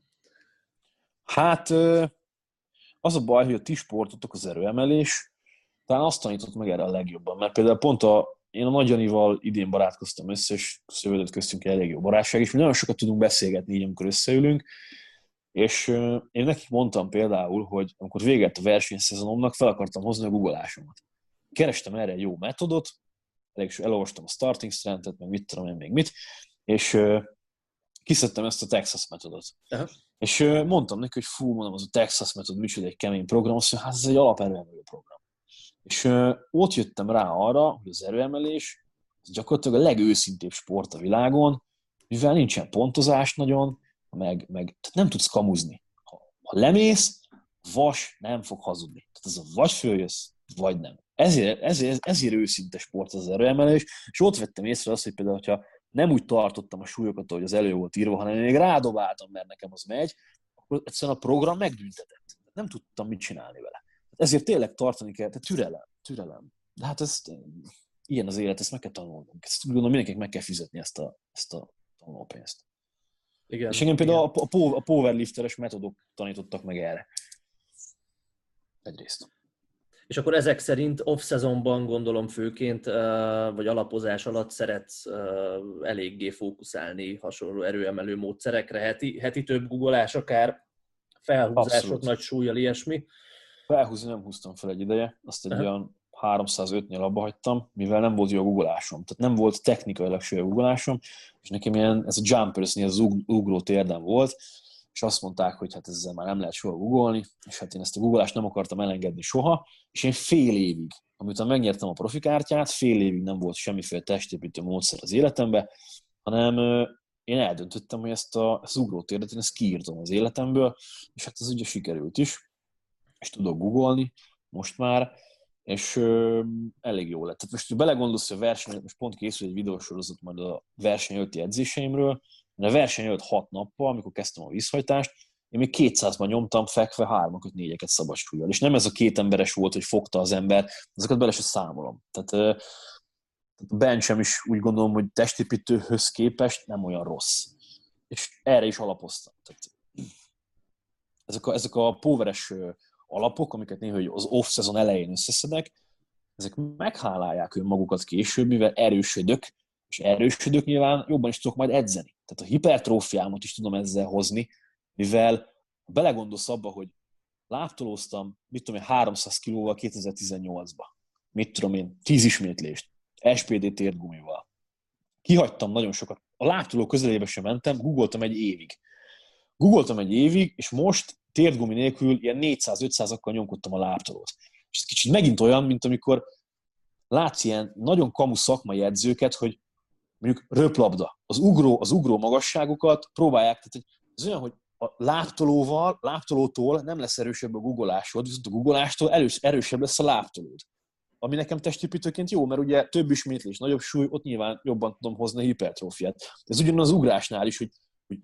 Hát az a baj, hogy a ti sportotok az erőemelés, talán azt tanított meg erre a legjobban. Mert például pont a, én a Nagy Janival idén barátkoztam össze, és szövődött köztünk elég jó barátság, és mi nagyon sokat tudunk beszélgetni így, amikor összeülünk. És én nekik mondtam például, hogy amikor véget a versenyszezonomnak, fel akartam hozni a guggolásomat. Kerestem erre egy jó metodot, elég is elolvastam a starting strength-et, meg mit tudom én még mit, és kiszedtem ezt a Texas metodot. Uh-huh. És mondtam neki, hogy fú, mondom, az a Texas metod micsoda egy kemény program, azt mondja, hát ez egy alaperőemelő program. És ott jöttem rá arra, hogy az erőemelés az gyakorlatilag a legőszintébb sport a világon, mivel nincsen pontozás nagyon, meg, meg tehát nem tudsz kamuzni. Ha, ha lemész, vas nem fog hazudni. Tehát ez a vas följössz, vagy nem. Ezért, ezért, ezért őszinte sport az erőemelés, és ott vettem észre azt, hogy például, hogyha nem úgy tartottam a súlyokat, ahogy az elő volt írva, hanem még rádobáltam, mert nekem az megy, akkor egyszerűen a program megbüntetett. Nem tudtam mit csinálni vele. Ezért tényleg tartani kell, tehát türelem, türelem. De hát ez, ilyen az élet, ezt meg kell tanulnunk. Ezt gondolom, mindenkinek meg kell fizetni ezt a, ezt a tanulópénzt. Igen, és engem például igen. a, a powerlifteres metodok tanítottak meg erre. Egyrészt. És akkor ezek szerint off-szezonban gondolom főként, vagy alapozás alatt szeretsz eléggé fókuszálni hasonló erőemelő módszerekre, heti, heti több googolás, akár felhúzások, Abszolút. nagy súlyjal, ilyesmi. Felhúzni nem húztam fel egy ideje, azt egy Aha. olyan háromszázötnél abba hagytam, mivel nem volt jó a guggolásom. Tehát nem volt technikailag se jó a guggolásom, és nekem ilyen, ez a jumpersnél az ugró térdem volt, és azt mondták, hogy hát ezzel már nem lehet soha googolni, és hát én ezt a guggolást nem akartam elengedni soha, és én fél évig, amiután megnyertem a profikártyát, fél évig nem volt semmiféle testépítő módszer az életemben, hanem én eldöntöttem, hogy ezt, a, ezt az ugrótérdet én ezt kiírtom az életemből, és hát ez ugye sikerült is, és tudok googolni most már, és ö, elég jó lett. Tehát most, hogy belegondolsz, hogy a verseny, most pont készül egy videósorozat majd a verseny előtti edzéseimről, mert a verseny előtt hat nappal, amikor kezdtem a vízhajtást, én még kétszázban nyomtam fekve hármakat, négyeket szabad súllyal. És nem ez a két emberes volt, hogy fogta az ember, azokat bele se számolom. Tehát, ö, tehát a benchem is úgy gondolom, hogy testépítőhöz képest nem olyan rossz. És erre is alapoztam. Tehát ezek a, ezek a poweres alapok, amiket néha az off-szezon elején összeszedek, ezek meghálálják önmagukat később, mivel erősödök, és erősödök nyilván jobban is tudok majd edzeni. Tehát a hipertrófiámat is tudom ezzel hozni, mivel belegondolsz abba, hogy láptolóztam, mit tudom én, háromszáz kilóval kétezer-tizennyolcban. Mit tudom én, tíz ismétlést, es pé dé térdgumival. Kihagytam nagyon sokat. A láptoló közelébe sem mentem, googoltam egy évig. Googoltam egy évig, és most térdgumi nélkül ilyen négyszáz-ötszázakkal nyomkodtam a láptolót. És ez kicsit megint olyan, mint amikor látsz ilyen nagyon kamu szakmai edzőket, hogy mondjuk röplabda, az ugró, az ugró magasságokat próbálják, tehát ez olyan, hogy a láptolóval, láptolótól nem lesz erősebb a googolásod, viszont a googolástól erős, erősebb lesz a láptolód. Ami nekem testépítőként jó, mert ugye több ismétlés, nagyobb súly, ott nyilván jobban tudom hozni a hipertrófiát. Ez ugyanaz az ugrásnál is, hogy, hogy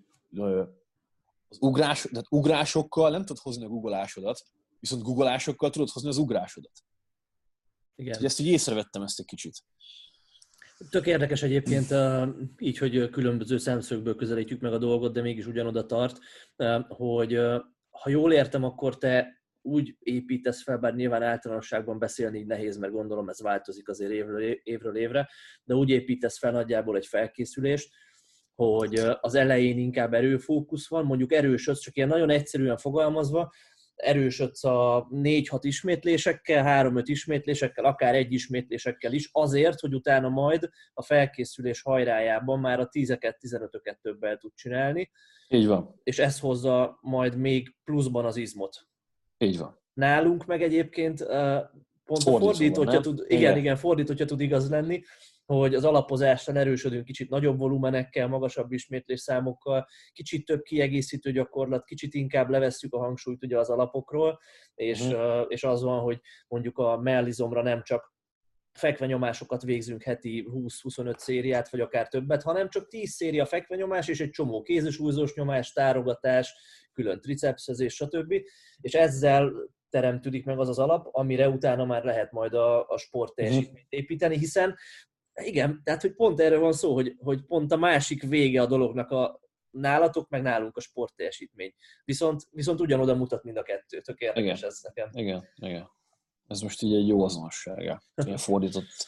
az ugrás, tehát ugrásokkal nem tudod hozni a guggolásodat, viszont guggolásokkal tudod hozni az ugrásodat. Igen. Úgyhogy ezt így észrevettem ezt egy kicsit. Tök érdekes egyébként így, hogy különböző szemszögből közelítjük meg a dolgot, de mégis ugyanoda tart, hogy ha jól értem, akkor te úgy építesz fel, bár nyilván általánosságban beszélni így nehéz, mert gondolom ez változik azért évről, évről évre, de úgy építesz fel nagyjából egy felkészülést, hogy az elején inkább erőfókusz van, mondjuk erősödsz, csak ilyen nagyon egyszerűen fogalmazva, erősödsz a négy-hat ismétlésekkel, három-öt ismétlésekkel, akár egy ismétlésekkel is, azért, hogy utána majd a felkészülés hajrájában már a tízeket, tizenötöket többel tud csinálni. Így van. És ez hozza majd még pluszban az izmot. Így van. Nálunk meg egyébként pont a fordítottja tud, igen, igen, igen, fordítottja tud igaz lenni, hogy az alapozásnál erősödünk kicsit nagyobb volumenekkel, magasabb ismétlésszámokkal, kicsit több kiegészítő gyakorlat, kicsit inkább levesszük a hangsúlyt ugye az alapokról, és, uh-huh. és az van, hogy mondjuk a mellizomra nem csak fekvenyomásokat végzünk heti húsz-huszonöt szériát, vagy akár többet, hanem csak tíz széria fekvenyomás, és egy csomó kézesújzós nyomás, tárogatás, külön tricepszezés, stb. És ezzel teremtődik meg az az alap, amire utána már lehet majd a, a sport teljesítményt építeni, hiszen igen, tehát hogy pont erről van szó, hogy, hogy pont a másik vége a dolognak a nálatok, meg nálunk a sport teljesítmény. Viszont, viszont ugyanoda mutat mind a kettő. Tök érdekes igen. ez nekem. Igen, igen. Ez most így egy jó azonossága. Ilyen fordított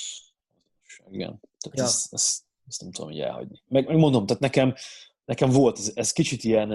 igen. Tehát ja. ezt, ezt, ezt nem tudom így elhagyni. Meg, meg mondom, tehát nekem, nekem volt, ez, ez kicsit ilyen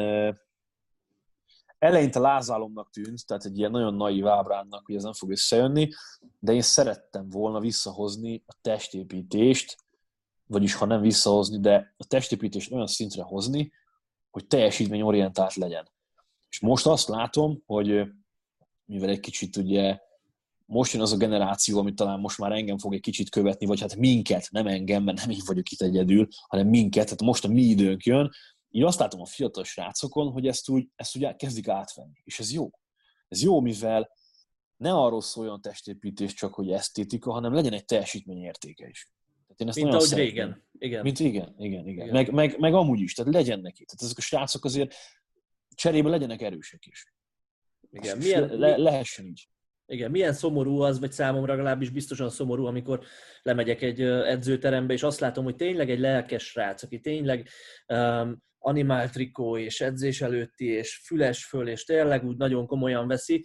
eleinte lázálomnak tűnt, tehát egy ilyen nagyon naív ábránnak, hogy ez nem fog összejönni, de én szerettem volna visszahozni a testépítést, vagyis ha nem visszahozni, de a testépítést olyan szintre hozni, hogy teljesítményorientált legyen. És most azt látom, hogy mivel egy kicsit ugye most jön az a generáció, ami talán most már engem fog egy kicsit követni, vagy hát minket, nem engem, mert nem én vagyok itt egyedül, hanem minket, tehát most a mi időnk jön. Így azt látom a fiatal srácokon, hogy ezt úgy, ezt úgy kezdik átvenni. És ez jó. Ez jó, mivel ne arról szóljon a testépítés csak, hogy esztétika, hanem legyen egy teljesítményértéke is. Tehát én ezt Mint ahogy szeretném. régen. Igen. Mint igen, igen, igen. igen. Meg, meg, meg amúgy is, tehát legyen neki. Tehát ezek a srácok azért cserébe legyenek erősek is. Igen. Milyen, le, lehessen így. Igen, milyen szomorú az, vagy számomra legalábbis biztosan szomorú, amikor lemegyek egy edzőterembe, és azt látom, hogy tényleg egy lelkes srác, aki tényleg um, animál trikó, és edzés előtti, és füles föl, és tényleg úgy nagyon komolyan veszi,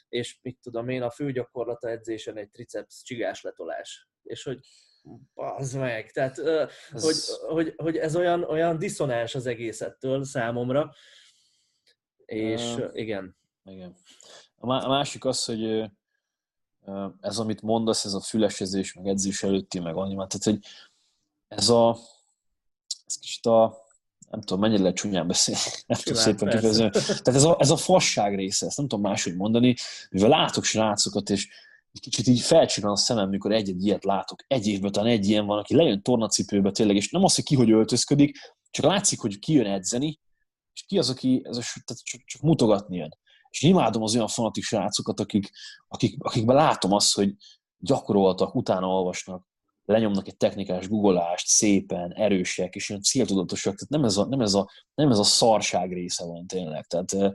és mit tudom én, a fő gyakorlata edzésen egy triceps csigás letolás. És hogy bazd meg, tehát ez... hogy, hogy, hogy ez olyan, olyan diszonáns az egészettől számomra, és uh, igen. igen. A másik az, hogy ez, amit mondasz, ez a fülesezés, meg edzés előtti, meg animát, tehát hogy ez a, ez kicsit a, nem tudom, mennyire lehet csúnyán beszélni, nem tudom szépen kifejezni. Tehát ez a, ez a fasság része, ezt nem tudom máshogy mondani, mivel látok srácokat, és egy kicsit így felcsillan a szemem, mikor egy-egy ilyet látok. Egy évben talán egy ilyen van, aki lejön tornacipőbe tényleg, és nem az, hogy ki hogy öltözködik, csak látszik, hogy ki jön edzeni, és ki az, aki ez a, tehát csak, csak mutogatni jön. És imádom az olyan fanatik srácokat, akik, akik, akikben látom azt, hogy gyakoroltak, utána olvasnak, lenyomnak egy technikás guggolást, szépen, erősek, és ilyen céltudatosak. Tehát nem ez a, nem ez a, nem ez a szarság része van tényleg. Tehát,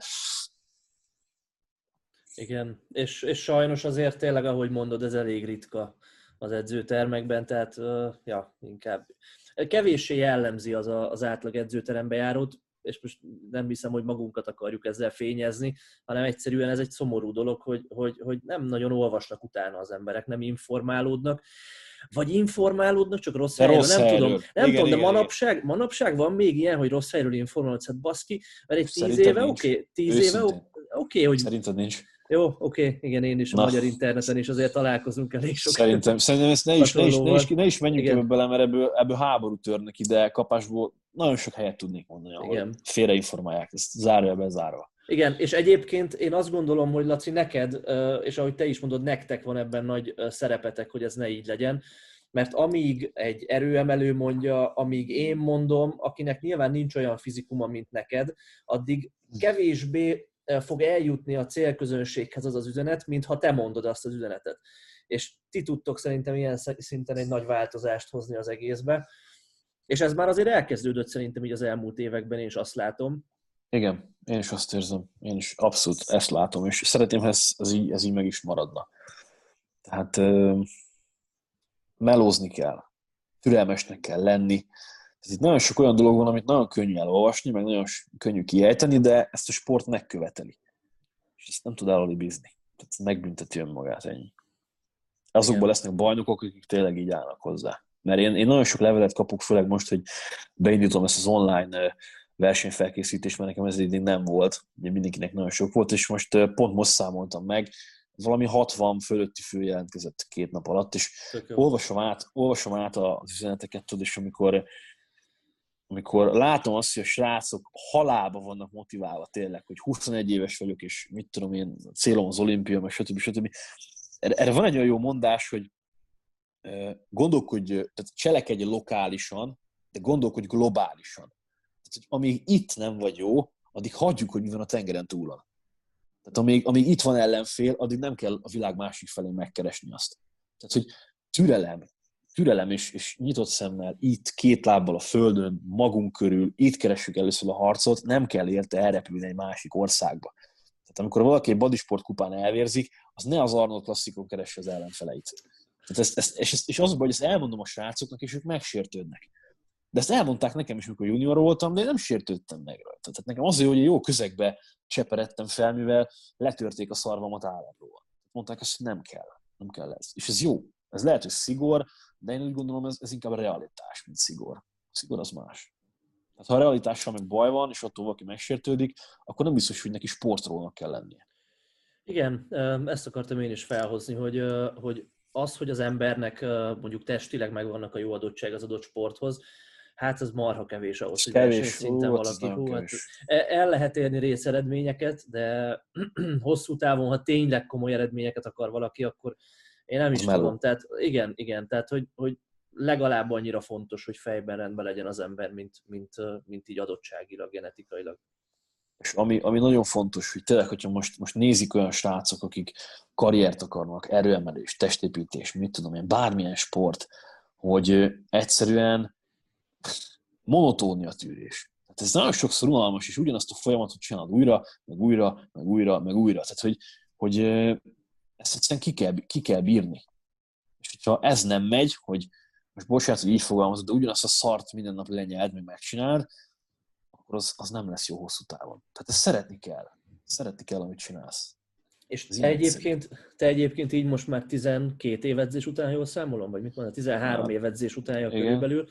igen, és, és sajnos azért tényleg, ahogy mondod, ez elég ritka az edzőtermekben, tehát ja, inkább kevéssé jellemzi az a, az átlag edzőterembe járót, és most nem hiszem, hogy magunkat akarjuk ezzel fényezni, hanem egyszerűen ez egy szomorú dolog, hogy, hogy, hogy nem nagyon olvasnak utána az emberek, nem informálódnak, vagy informálódnak, csak rossz de helyről, rossz nem helyről. tudom. Nem igen, tudom, igen, de manapság, igen. manapság van még ilyen, hogy rossz helyről informálódsz, hát baszki, mert egy tíz éve, oké, okay, tíz éve, oké, okay, hogy... Szerinted nincs. Jó, oké, okay, igen, én is a Na. magyar interneten is azért találkozunk elég sok. Szerintem, szerintem ezt ne is, ne is, ne is, ne is menjünk ebbe bele, mert ebből, ebből háború törnek ide, kapásból nagyon sok helyet tudnék mondani, ahol igen. félreinformálják, ezt zárja bezárva. Igen, és egyébként én azt gondolom, hogy Laci, neked, és ahogy te is mondod, nektek van ebben nagy szerepetek, hogy ez ne így legyen, mert amíg egy erőemelő mondja, amíg én mondom, akinek nyilván nincs olyan fizikuma, mint neked, addig kevésbé fog eljutni a célközönséghez az az üzenet, mint ha te mondod azt az üzenetet. És ti tudtok szerintem ilyen szinten egy nagy változást hozni az egészbe. És ez már azért elkezdődött szerintem így az elmúlt években, én is azt látom. Igen, én is azt érzem. Én is abszolút ezt látom, és szeretném, ha ez, ez, így, ez így meg is maradna. Tehát euh, melózni kell, türelmesnek kell lenni. Tehát itt nagyon sok olyan dolog van, amit nagyon könnyű elolvasni, meg nagyon könnyű kiejteni, de ezt a sport megköveteli. És ezt nem tud elalibizni. Tehát megbünteti önmagát, ennyi. Azokból igen. lesznek bajnokok, akik tényleg így állnak hozzá. Mert én, én nagyon sok levelet kapok, főleg most, hogy beindítom ezt az online versenyfelkészítést, mert nekem ez idén nem volt. Ugye mindenkinek nagyon sok volt, és most pont most számoltam meg, valami hatvan fölötti fő jelentkezett két nap alatt, és olvasom át, olvasom át az üzeneteket, tudod, és amikor, amikor látom azt, hogy a srácok halálba vannak motiválva tényleg, hogy huszonegy éves vagyok, és mit tudom én, célom az olimpia, meg stb. stb. Erre van egy olyan jó mondás, hogy gondolkodj, tehát cselekedj lokálisan, de gondolkodj globálisan. Tehát, hogy amíg itt nem vagy jó, addig hagyjuk, hogy mi van a tengeren túlon. Tehát amíg, amíg itt van ellenfél, addig nem kell a világ másik felén megkeresni azt. Tehát, hogy türelem, türelem és, és nyitott szemmel, itt két lábbal a földön, magunk körül, itt keressük először a harcot, nem kell érte elrepülni egy másik országba. Tehát amikor valaki egy badisport kupán elvérzik, az ne az Arnold klasszikon keresse az ellenfeleit. Tehát ezt, ezt, és, ezt, és az a baj, hogy ezt elmondom a srácoknak, és ők megsértődnek. De ezt elmondták nekem is, amikor junior voltam, de én nem sértődtem meg rajta. Tehát nekem azért, hogy jó közegbe cseperedtem fel, mivel letörték a szarvamat állatról. Mondták azt, hogy nem kell. Nem kell ez. És ez jó. Ez lehet, hogy szigor, de én úgy gondolom, ez, ez inkább a realitás, mint szigor. A szigor az más. Tehát ha a realitással meg baj van, és attól valaki megsértődik, akkor nem biztos, hogy neki sportolónak kell lennie. Igen, ezt akartam én is felhozni, hogy, hogy az, hogy az embernek mondjuk testileg megvannak a jó adottság az adott sporthoz, hát ez marha kevés ahhoz, hogy versenyszinten valaki. Hú, hát el lehet érni részeredményeket, de hosszú távon, ha tényleg komoly eredményeket akar valaki, akkor én nem is tudom. Tehát igen, igen, tehát hogy, hogy legalább annyira fontos, hogy fejben rendben legyen az ember, mint, mint, mint így adottságilag, genetikailag. És ami, ami nagyon fontos, hogy tényleg, hogyha most, most nézik olyan srácok, akik karriert akarnak, erőemelés, testépítés, mit tudom én, bármilyen sport, hogy egyszerűen monotónia tűrés. Tehát ez nagyon sokszor unalmas, és ugyanazt a folyamatot csinálod újra, meg újra, meg újra, meg újra. Tehát, hogy, hogy ezt egyszerűen ki kell, ki kell bírni. És hogyha ez nem megy, hogy most bocsánat, hogy így fogalmazod, de ugyanazt a szart minden nap lenyeld, meg megcsináld, akkor az, az nem lesz jó hosszú távon. Tehát ezt szeretni kell. Szeretni kell, amit csinálsz. És Ez te ilyen egyszerű. egyébként, te egyébként így most már tizenkét év edzés után jól számolom? Vagy mit mondod? tizenhárom Hát, év edzés után igen. körülbelül.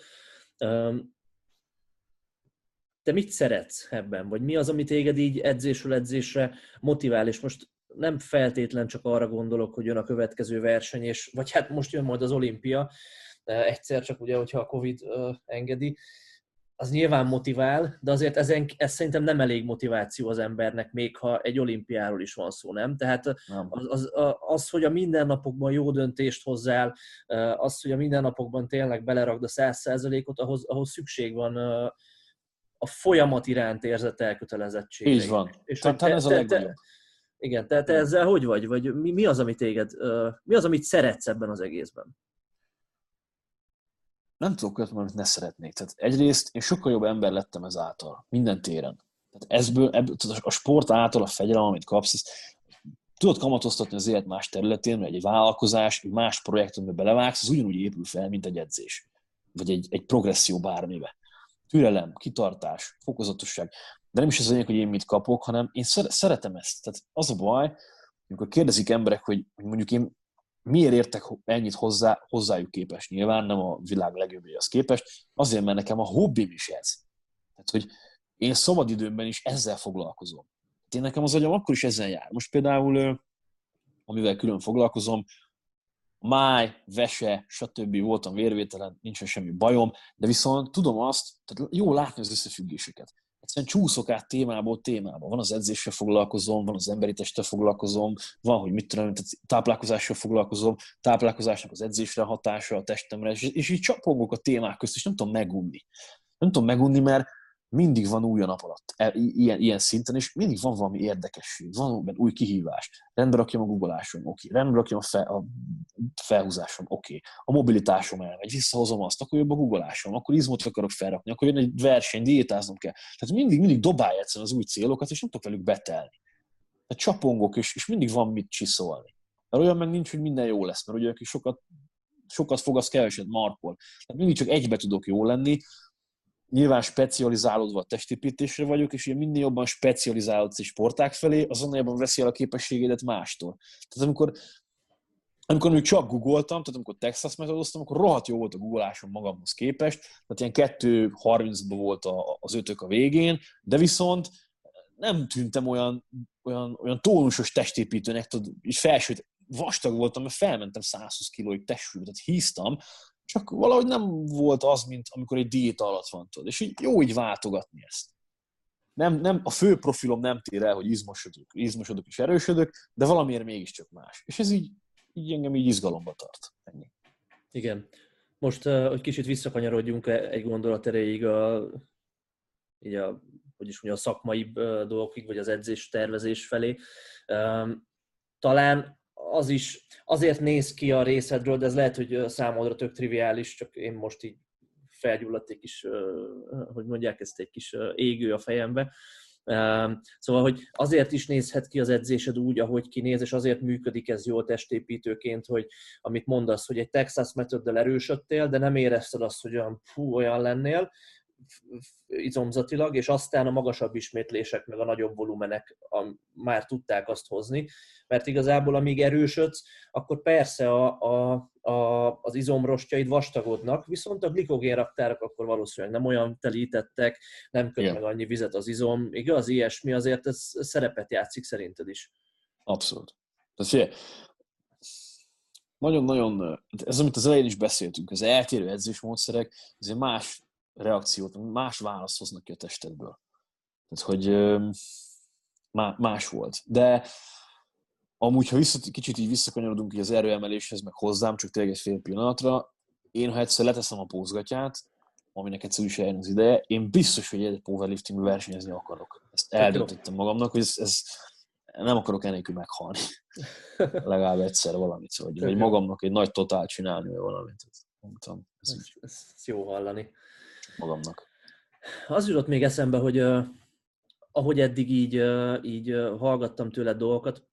Te mit szeretsz ebben? Vagy mi az, ami téged így edzésről edzésre motivál? És most nem feltétlen csak arra gondolok, hogy jön a következő verseny, és, vagy hát most jön majd az olimpia, egyszer csak ugye, hogyha a Covid engedi, az nyilván motivál, de azért ezen, ez szerintem nem elég motiváció az embernek, még ha egy olimpiáról is van szó, nem? Tehát az, az, az hogy a mindennapokban jó döntést hozzál, az, hogy a mindennapokban tényleg belerakd a száz százalékot, ahhoz, ahhoz szükség van a folyamat iránt érzett elkötelezettségre. Így van. És hogy Talán te, ez a te, legnagyobb. te, igen, te, te ezzel hogy vagy? Vagy mi, mi az, ami téged, mi az, amit szeretsz ebben az egészben? Nem tudok olyat mondani, amit ne szeretnék. Tehát egyrészt én sokkal jobb ember lettem ezáltal, minden téren. Tehát ezből, ebből, a sport által a fegyelem, amit kapsz, ezt tudod kamatoztatni az élet más területén, mert egy vállalkozás, egy más projekt, amiben belevágsz, az ugyanúgy épül fel, mint egy edzés. Vagy egy, egy progresszió bármibe. Türelem, kitartás, fokozatosság. De nem is az lényeg, hogy én mit kapok, hanem én szeretem ezt. Tehát az a baj, amikor kérdezik emberek, hogy mondjuk én miért értek ennyit hozzá, hozzájuk képest, nyilván nem a világ legjobbjához képest, azért, mert nekem a hobbim is ez. Tehát, hogy én szabadidőmben is ezzel foglalkozom. Én nekem az agyam akkor is ezzel jár. Most például, amivel külön foglalkozom, máj, vese, stb. Voltam vérvételen, nincsen semmi bajom, de viszont tudom azt, tehát jó látni az összefüggéseket. Egyszerűen csúszok át témából témába. Van az edzéssel foglalkozom, van az emberi testtel foglalkozom, van, hogy mit tudom, tehát táplálkozással foglalkozom, táplálkozásnak az edzésre hatása, a testemre, és, és így csapongok a témák közt, és nem tudom megunni. Nem tudom megunni, mert mindig van új a nap alatt, ilyen, ilyen szinten, és mindig van valami érdekesség, van benne új kihívás. Rendbe rakjam a googleásom, oké. Okay. Rendbe rakjam a, fel, a felhúzásom, oké. Okay. A mobilitásom elmegy, visszahozom azt, akkor jobb a googleásom, akkor izmot akarok felrakni, akkor jön egy verseny, diétáznom kell. Tehát mindig, mindig dobálj egyszerűen az új célokat, és nem tudok velük betelni. Tehát csapongok, és, és mindig van mit csiszolni. Mert olyan meg nincs, hogy minden jó lesz, mert ugye aki sokat, sokat fogasz, keveset markol. Tehát mindig csak egybe tudok jó lenni, nyilván specializálódva a testépítésre vagyok, és ilyen minél jobban specializálódsz egy sportág felé, azonnal jobban veszi el a képességeidet mástól. Tehát amikor, amikor még csak googoltam, tehát amikor Texas metodoztam, akkor rohadt jó volt a googolásom magamhoz képest, tehát ilyen kettő harmincban volt az ötök a végén, de viszont nem tűntem olyan, olyan, olyan tónusos testépítőnek, tudod, és felsőt vastag voltam, mert felmentem százhúsz kilóig testsúlyba, tehát híztam, csak valahogy nem volt az, mint amikor egy diéta alatt van, tudod. És így jó így váltogatni ezt. Nem, nem, a fő profilom nem tér el, hogy izmosodok, izmosodok és erősödök, de valamiért mégiscsak más. És ez így, így engem így izgalomba tart. Ennyi. Igen. Most, hogy kicsit visszakanyarodjunk egy gondolat erejéig a, így a, hogy is mondja, a szakmai dolgokig, vagy az edzés tervezés felé. Talán az is azért néz ki a részedről, de ez lehet, hogy számodra tök triviális, csak én most így felgyulladt egy kis, hogy mondják ezt, egy kis égő a fejembe. Szóval, hogy azért is nézhet ki az edzésed úgy, ahogy kinéz, és azért működik ez jól testépítőként, hogy amit mondasz, hogy egy Texas metoddal erősödtél, de nem érezted azt, hogy olyan, fú, olyan lennél, izomzatilag, és aztán a magasabb ismétlések, meg a nagyobb volumenek a, már tudták azt hozni, mert igazából amíg erősödsz, akkor persze a, a, a, az izomrostjaid vastagodnak, viszont a glikogénraktárak akkor valószínűleg nem olyan telítettek, nem köt meg annyi vizet az izom, igaz, ilyesmi, azért ez szerepet játszik szerinted is. Abszolút. Tehát figyelj, nagyon-nagyon, ez amit az elején is beszéltünk, az eltérő edzésmódszerek, azért más reakciót, más választ hoznak ki a testedből. Tehát, hogy más volt. De amúgy, ha vissza, kicsit így visszakanyarodunk így az erőemeléshez, meg hozzám, csak tényleg egy fél pillanatra, én, ha egyszer leteszem a pózgatját, aminek egyszer is eljön az ideje, én biztos, hogy egy powerlifting versenyezni akarok. Ezt eldöntöttem magamnak, hogy ez, ez nem akarok enélkül meghalni. Legalább egyszer valamit, szóval, vagy magamnak egy nagy totált csinálni, vagy valamit. Nem tudom, ez, ez, ez jó hallani. Magamnak. Az jutott még eszembe, hogy uh, ahogy eddig így, uh, így uh, hallgattam tőled dolgokat,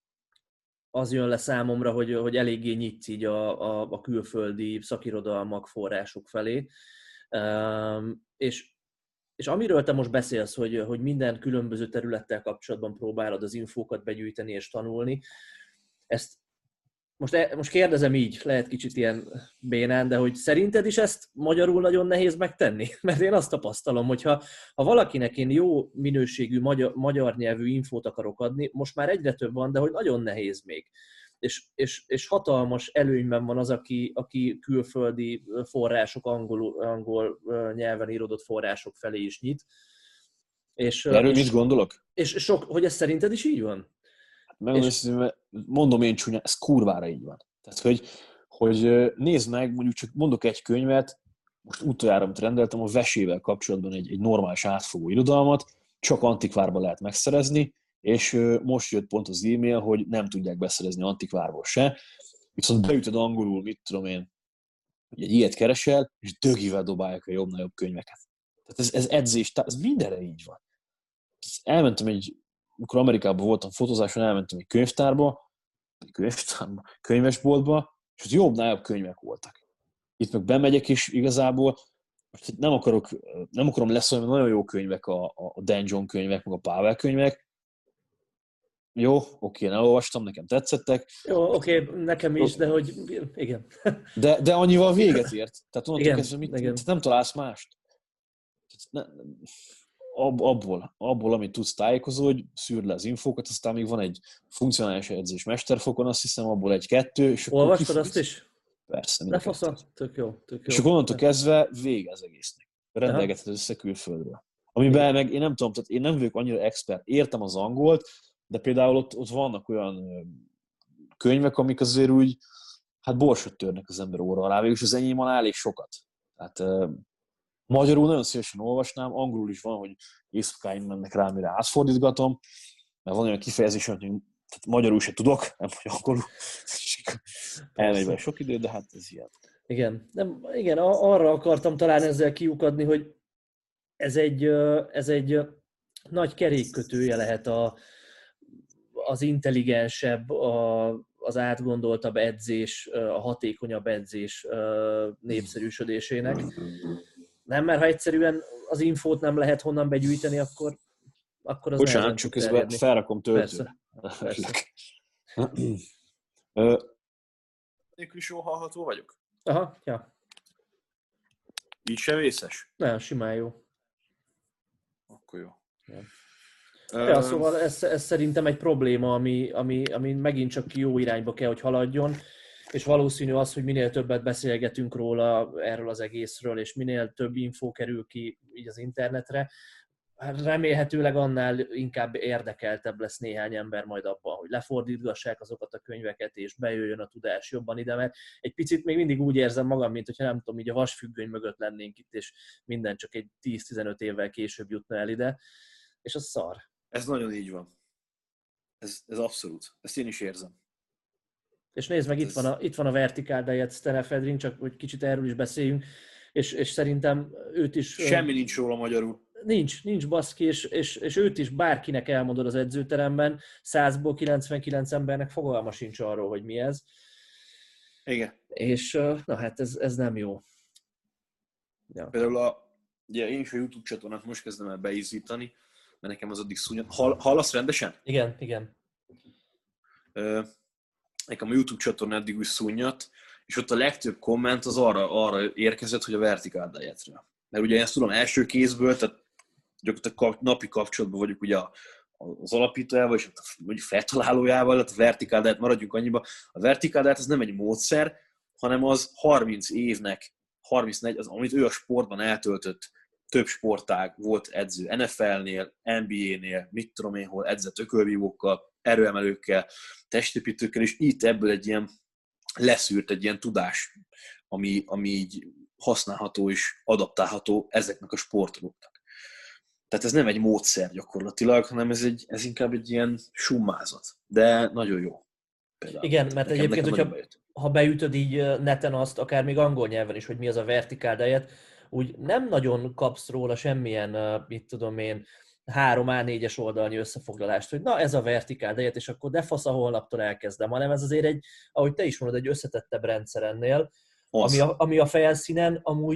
az jön le számomra, hogy, hogy eléggé nyitsz így a, a, a külföldi szakirodalmak, források felé. Um, és és amiről te most beszélsz, hogy, hogy minden különböző területtel kapcsolatban próbálod az infókat begyűjteni és tanulni, ezt most, most kérdezem így, lehet kicsit ilyen bénán, de hogy szerinted is ezt magyarul nagyon nehéz megtenni? Mert én azt tapasztalom, hogy ha, ha valakinek én jó minőségű magyar, magyar nyelvű infót akarok adni, most már egyre több van, de hogy nagyon nehéz még. És, és, és hatalmas előnyben van az, aki, aki külföldi források, angol, angol nyelven íródott források felé is nyit. És, Erről és, mit gondolok? És sok, hogy ez szerinted is így van? Megmondom, és... mondom én csúnya, ez kurvára így van. Tehát, hogy, hogy nézd meg, mondjuk csak mondok egy könyvet, most utoljára, amit rendeltem, a vesével kapcsolatban egy, egy normális átfogó irodalmat, csak antikvárban lehet megszerezni, és most jött pont az e-mail, hogy nem tudják beszerezni antikvárból se, viszont beütöd angolul, mit tudom én, hogy egy ilyet keresel, és dögivel dobálják a jobb-nagyobb könyveket. Tehát ez, ez edzés, ez mindenre így van. Elmentem egy, amikor Amerikában voltam fotózáson, elmentem egy könyvtárba, egy könyvtárba, könyvesboltba, és ott jobb-nagyobb könyvek voltak. Itt meg bemegyek, és igazából most nem, akarok, nem akarom leszólni, mert nagyon jó könyvek a, a Dan John könyvek, meg a Pável könyvek. Jó, oké, nem olvastam, nekem tetszettek. Jó, oké, nekem is, de hogy igen. De, de annyival véget ért. Tehát onnantól kezdve mit, igen. nem találsz mást. Ab, abból, abból, amit tudsz tájékozódni, hogy szűrd le az infókat, aztán még van egy funkcionális edzés mesterfokon, azt hiszem, abból egy-kettő, és akkor olvastad azt is? Persze. Ne fasza? Tök jó, tök jó. És akkor onnantól kezdve vége az egésznek. Rendelgeted össze külföldről. Amiben meg én nem tudom, tehát én nem vagyok annyira expert. Értem az angolt, de például ott, ott vannak olyan könyvek, amik azért úgy, hát borsot törnek az ember óra alá, végülis az enyém van elég sokat. Tehát uh, magyarul nagyon szívesen olvasnám, angolul is van, hogy éjszakáim mennek rá, mire átfordítgatom, mert van olyan kifejezés, hogy tehát magyarul se tudok, nem hogy angolul. Elmegy vele sok idő, de hát ez ilyen. Igen, nem, igen, arra akartam talán ezzel kiukadni, hogy ez egy, ez egy nagy kerékkötője lehet a, az intelligensebb, a, az átgondoltabb edzés, a hatékonyabb edzés népszerűsödésének. Nem, mert ha egyszerűen az infót nem lehet honnan begyűjteni, akkor, akkor az bocsánat, csak közben felrakom töltőre. Persze. Persze. Nélkül is jól hallható vagyok? Aha, ja. Így sem vészes? Nem, simán jó. Akkor jó. Ja. Ja, szóval ez, ez szerintem egy probléma, ami, ami, ami megint csak jó irányba kell, hogy haladjon, és valószínű az, hogy minél többet beszélgetünk róla, erről az egészről, és minél több infó kerül ki így az internetre, remélhetőleg annál inkább érdekeltebb lesz néhány ember majd abban, hogy lefordítgassák azokat a könyveket, és bejöjjön a tudás jobban ide, mert egy picit még mindig úgy érzem magam, mint hogyha nem tudom, így a vasfüggöny mögött lennénk itt, és minden csak egy tíz-tizenöt évvel később jutna el ide, és az szar. Ez nagyon így van. Ez, ez abszolút. Ezt én is érzem. És nézd meg, ez... itt van a, itt van a Vertical Diet Stene Fedrin, csak hogy kicsit erről is beszéljünk, és, és szerintem őt is... Semmi nincs róla magyarul. Nincs, nincs baszki, és, és, és őt is bárkinek elmondod az edzőteremben, százból kilencvenkilenc embernek fogalma sincs arról, hogy mi ez. Igen. És na hát ez, ez nem jó. Ja. Például a, ugye én is a YouTube csatornát most kezdem el beízítani, mert nekem az addig szúnyat. Hall, hallasz rendesen? Igen, igen. Ö, nekem a YouTube csatorna eddig úgy szúnyat, és ott a legtöbb komment az arra, arra érkezett, hogy a Vertical Dietről. Mert ugye én ezt tudom első kézből, tehát gyakorlatilag napi kapcsolatban vagyok ugye az alapítójával, és a feltalálójával, tehát a Vertical Diet, maradjunk annyiba. A Vertical Diet az nem egy módszer, hanem az harminc évnek, harmincnégy, az, amit ő a sportban eltöltött, több sportág volt edző, en ef el-nél, en bé á-nél, mit tudom én hol, edzett ökölvívókkal, erőemelőkkel, testépítőkkel, és itt ebből egy ilyen leszűrt, egy ilyen tudás, ami, ami így használható és adaptálható ezeknek a sportolóknak. Tehát ez nem egy módszer gyakorlatilag, hanem ez, egy, ez inkább egy ilyen summázat. De nagyon jó. Például. Igen, mert nekem, egyébként, nekem hogyha ha beütöd így neten azt, akár még angol nyelven is, hogy mi az a Vertical Diet, úgy nem nagyon kapsz róla semmilyen, mit tudom én, három á négyes oldalnyi összefoglalást, hogy na ez a Vertical Diet, és akkor de fasz a holnaptól elkezdem, hanem ez azért egy, ahogy te is mondod, egy összetettebb rendszer ennél, ami a, ami a felszínen amúgy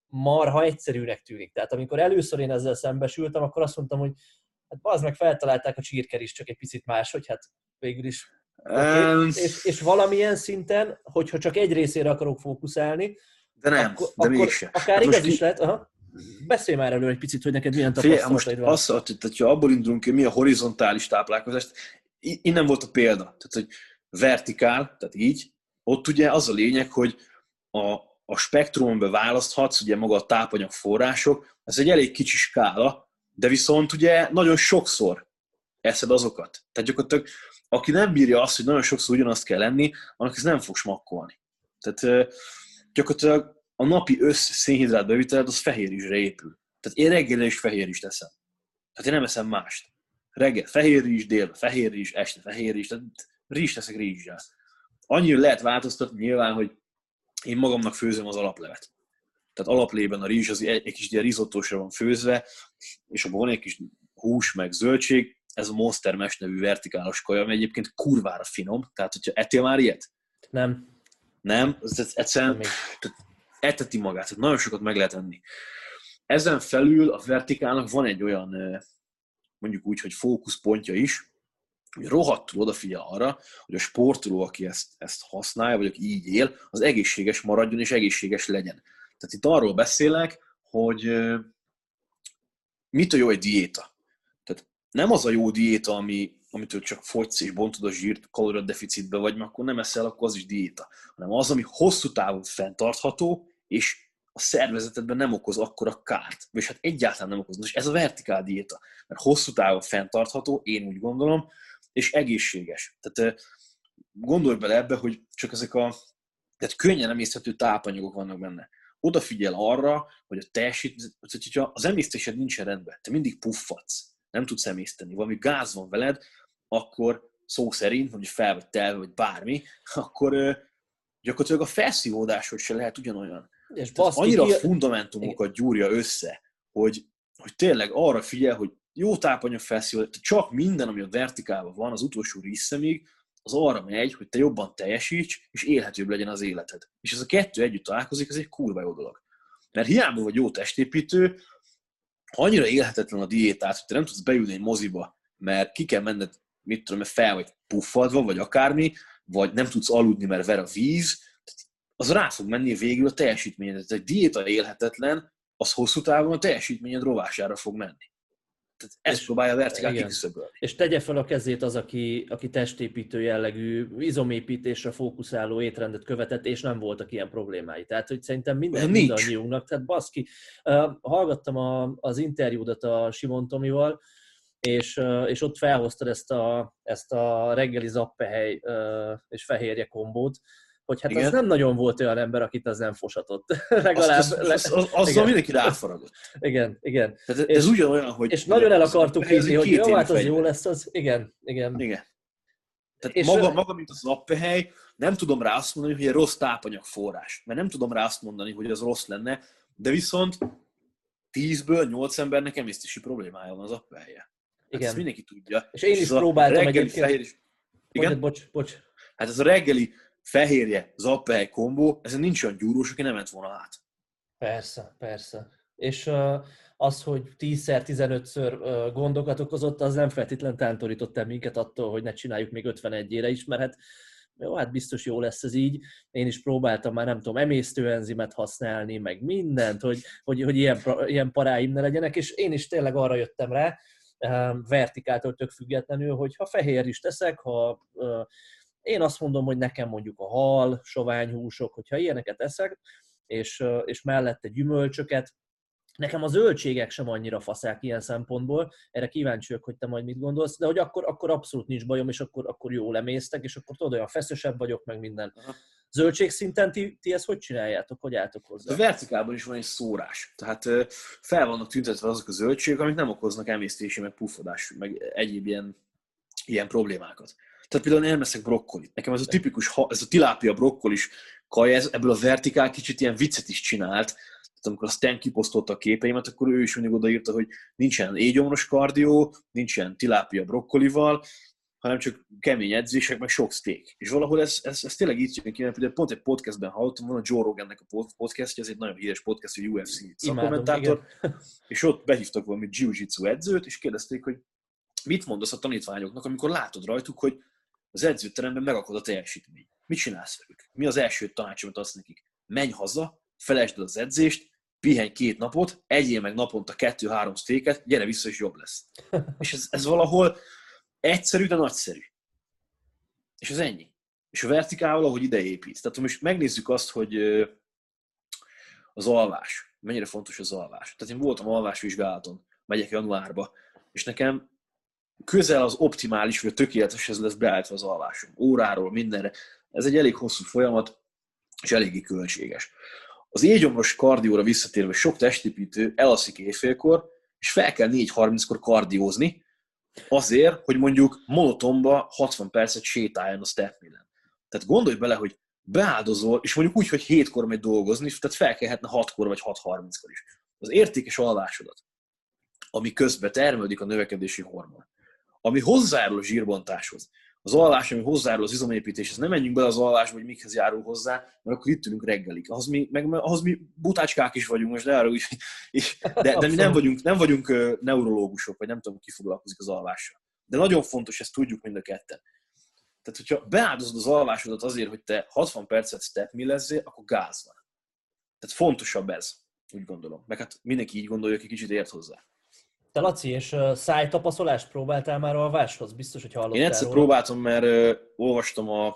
marha egyszerűnek tűnik. Tehát amikor először én ezzel szembesültem, akkor azt mondtam, hogy hát bazd meg, feltalálták a csirkerist, csak egy picit máshogy, hát végül is oké. Okay. Um, És, és valamilyen szinten, hogyha csak egy részére akarok fókuszálni, de nem, akkor, de akkor mégse. akár hát igaz ki... is lehet. Aha. Beszélj már elő egy picit, hogy neked milyen Fél, tapasztalataid van. Most azt, hogyha abból indulunk ki, mi a horizontális táplálkozást, innen volt a példa. Tehát, hogy vertikál, tehát így, ott ugye az a lényeg, hogy a, a spektrumon választhatsz, ugye maga a tápanyag források, ez egy elég kicsi skála, de viszont ugye nagyon sokszor eszed azokat. Tehát gyakorlatilag, aki nem bírja azt, hogy nagyon sokszor ugyanazt kell enni, annak ez nem fog smakkolni. Tehát gyakorlatilag a napi össz szénhidrát beviteled az fehérrizsre épül. Tehát én reggelre is fehérrizst eszem. Tehát én nem eszem mást. Reggel fehérrizs, délben fehérrizs, este fehérrizs, tehát rizst eszek rizssel. Annyira lehet változtatni nyilván, hogy én magamnak főzöm az alaplevet. Tehát alaplében a rizs az egy, egy kis ilyen rizottósra van főzve, és abban van egy kis hús meg zöldség, ez a Monster Mash nevű vertikálos kaja, ami egyébként kurvára finom. Tehát, hogyha ettél már ilyet? Nem. Nem? Ez egyszerűen eteti magát, tehát nagyon sokat meg lehet enni. Ezen felül a vertikálnak van egy olyan, mondjuk úgy, hogy fókuszpontja is, hogy rohadtul odafigyel arra, hogy a sportoló, aki ezt, ezt használja, vagy aki így él, az egészséges maradjon és egészséges legyen. Tehát itt arról beszélek, hogy mitől jó egy diéta. Tehát nem az a jó diéta, ami, amitől csak fogysz és bontod a zsírt kalóriadeficitbe vagy, mert akkor nem eszel, akkor az is diéta. Hanem az, ami hosszú távon fenntartható, és a szervezetedben nem okoz akkora kárt. És hát egyáltalán nem okoz. És ez a vertikál diéta. Mert hosszú távon fenntartható, én úgy gondolom, és egészséges. Tehát gondolj bele ebbe, hogy csak ezek a tehát könnyen emészthető tápanyagok vannak benne. Odafigyel arra, hogy a teljesít, hogyha az emésztésed nincsen rendben, te mindig puffadsz, nem tudsz emészteni, valami gáz van veled, akkor szó szerint, hogy fel vagy telve, vagy bármi, akkor gyakorlatilag a felszívódásod se lehet ugyanolyan. És annyira ki... fundamentumokat gyúrja össze, hogy, hogy tényleg arra figyel, hogy jó tápanyag felszívódás, csak minden, ami a vertikálban van, az utolsó részemig, az arra megy, hogy te jobban teljesíts, és élhetőbb legyen az életed. És ez a kettő együtt találkozik, ez egy kurva jó dolog. Mert hiába vagy jó testépítő, annyira élhetetlen a diétát, hogy te nem tudsz beülni egy moziba, mert ki kell menned, mit tudom, mert fel vagy puffadva, vagy akármi, vagy nem tudsz aludni, mert ver a víz, az rá fog menni végül a teljesítményed. Tehát egy diéta élhetetlen, az hosszú távon a teljesítményed rovására fog menni. Tehát ezt próbálja a vertikál kiküszöbölni. És tegye fel a kezét az, aki, aki testépítő jellegű, izomépítésre fókuszáló étrendet követett, és nem voltak ilyen problémái. Tehát, hogy szerintem minden mindannyiunknak, tehát baszki. Uh, hallgattam a, az interjúdat a Simon Tomival, és, uh, és ott felhoztad ezt a, ezt a reggeli zappehely uh, és fehérje kombót, hogy hát igen? Az nem nagyon volt olyan ember, akit az nem fosatott. Legalább. Azt, az, az, az, azzal mindenki ráfaragott. Igen, igen. Tehát ez és, ugyanolyan, hogy... És nagyon el akartuk hinni, hogy jó, hát az jó lesz, az... Igen, igen. Igen. Tehát és maga, maga, mint az zappehely, nem tudom rá azt mondani, hogy egy rossz tápanyag forrás. Mert nem tudom rá azt mondani, hogy az rossz lenne, de viszont tízből nyolc embernek emésztési problémája van az zappehelye. Hát igen. Ezt mindenki tudja. És én is próbáltam egyébként. Fehér... Igen? Mondjad, bocs, bocs. Hát ez a reggeli fehérje, zappehely kombó, ezen nincs olyan gyúrós, aki nem ment volna át. Persze, persze. És uh, az, hogy tízszer, tizenötször uh, gondokat okozott, az nem feltétlenül tántorított el minket attól, hogy ne csináljuk még ötvenegyére is, mert hát jó, hát biztos jó lesz ez így. Én is próbáltam már, nem tudom, emésztőenzimet használni, meg mindent, hogy, hogy, hogy ilyen, ilyen paráim ne legyenek, és én is tényleg arra jöttem rá, uh, vertikáltól tök függetlenül, hogy ha fehér is teszek, ha... Uh, én azt mondom, hogy nekem mondjuk a hal, soványhúsok, hogyha ilyeneket eszek, és, és mellette gyümölcsöket, nekem a zöldségek sem annyira faszák ilyen szempontból, erre kíváncsi vagyok, hogy te majd mit gondolsz, de hogy akkor, akkor abszolút nincs bajom, és akkor, akkor jól emésztek, és akkor tudod, olyan feszesebb vagyok, meg minden. Aha. Zöldség szinten ti, ti ezt hogy csináljátok, hogy álltok hozzá? A vertikálban is van egy szórás, tehát fel vannak tüntetve azok a zöldségek, amik nem okoznak emésztési, meg puffadás, meg egyéb ilyen, ilyen problémákat. Tehát például én nem eszek brokkolit. Nekem ez a tipikus, ez a tilápia brokkolis kaj, ez, ebből a vertikál kicsit ilyen viccet is csinált. Tehát amikor a Stan kiposztolta a képeimet, akkor ő is mindig odaírta, hogy nincsen égyomros kardió, nincsen tilápia brokkolival, hanem csak kemény edzések, meg sok steak. És valahol ez, ez, ez tényleg így jön ki, mert például pont egy podcastben hallottam, van a Joe Rogannek a podcastja, ez egy nagyon híres podcast, hogy u ef cé szakkommentátor, és ott behívtak valami jiu-jitsu edzőt, és kérdezték, hogy mit mondasz a tanítványoknak, amikor látod rajtuk, hogy az edzőteremben megakad a teljesítmény. Mit csinálsz velük? Mi az első tanács, amit adsz nekik? Menj haza, felejtsd el az edzést, pihenj két napot, egyél meg naponta kettő-három steaket, gyere vissza, és jobb lesz. És ez, ez valahol egyszerű, de nagyszerű. És ez ennyi. És a vertikál valahogy ide épít. Tehát most megnézzük azt, hogy az alvás. Mennyire fontos az alvás. Tehát én voltam alvásvizsgálaton, megyek januárba, és nekem közel az optimális, vagy a tökéleteshez lesz beállítva az alvásom. Óráról, mindenre. Ez egy elég hosszú folyamat, és eléggé költséges. Az éjgyomros kardióra visszatérve sok testépítő elalszik éjfélkor, és fel kell négy harminckor kardiózni, azért, hogy mondjuk monotonba hatvan percet sétáljon a stepmillen. Tehát gondolj bele, hogy beáldozol, és mondjuk úgy, hogy hétkor megy dolgozni, tehát felkelhetne hatkor vagy hat harminckor is. Az értékes alvásodat, ami közben termelődik a növekedési hormon, ami hozzájárul a zsírbontáshoz, az alvás, ami hozzájárul az izomépítéshez, nem menjünk bele az alvásba, hogy mikhez járul hozzá, mert akkor itt ülünk reggelig. Ahhoz mi, meg, ahhoz mi butácskák is vagyunk, most de arra úgy, de, de mi nem vagyunk, nem vagyunk neurológusok, vagy nem tudom, ki foglalkozik az alvással. De nagyon fontos, ezt tudjuk mind a ketten. Tehát, hogyha beáldozod az alvásodat azért, hogy te hatvan percet stepmillezzél, akkor gáz van. Tehát fontosabb ez, úgy gondolom. Meg hát mindenki így gondolja, aki kicsit ért hozzá. Te Laci, és uh, szájtapaszolást próbáltál már alváshoz? Biztos, hogy hallottál. Én egyszer róla. próbáltam, mert uh, olvastam a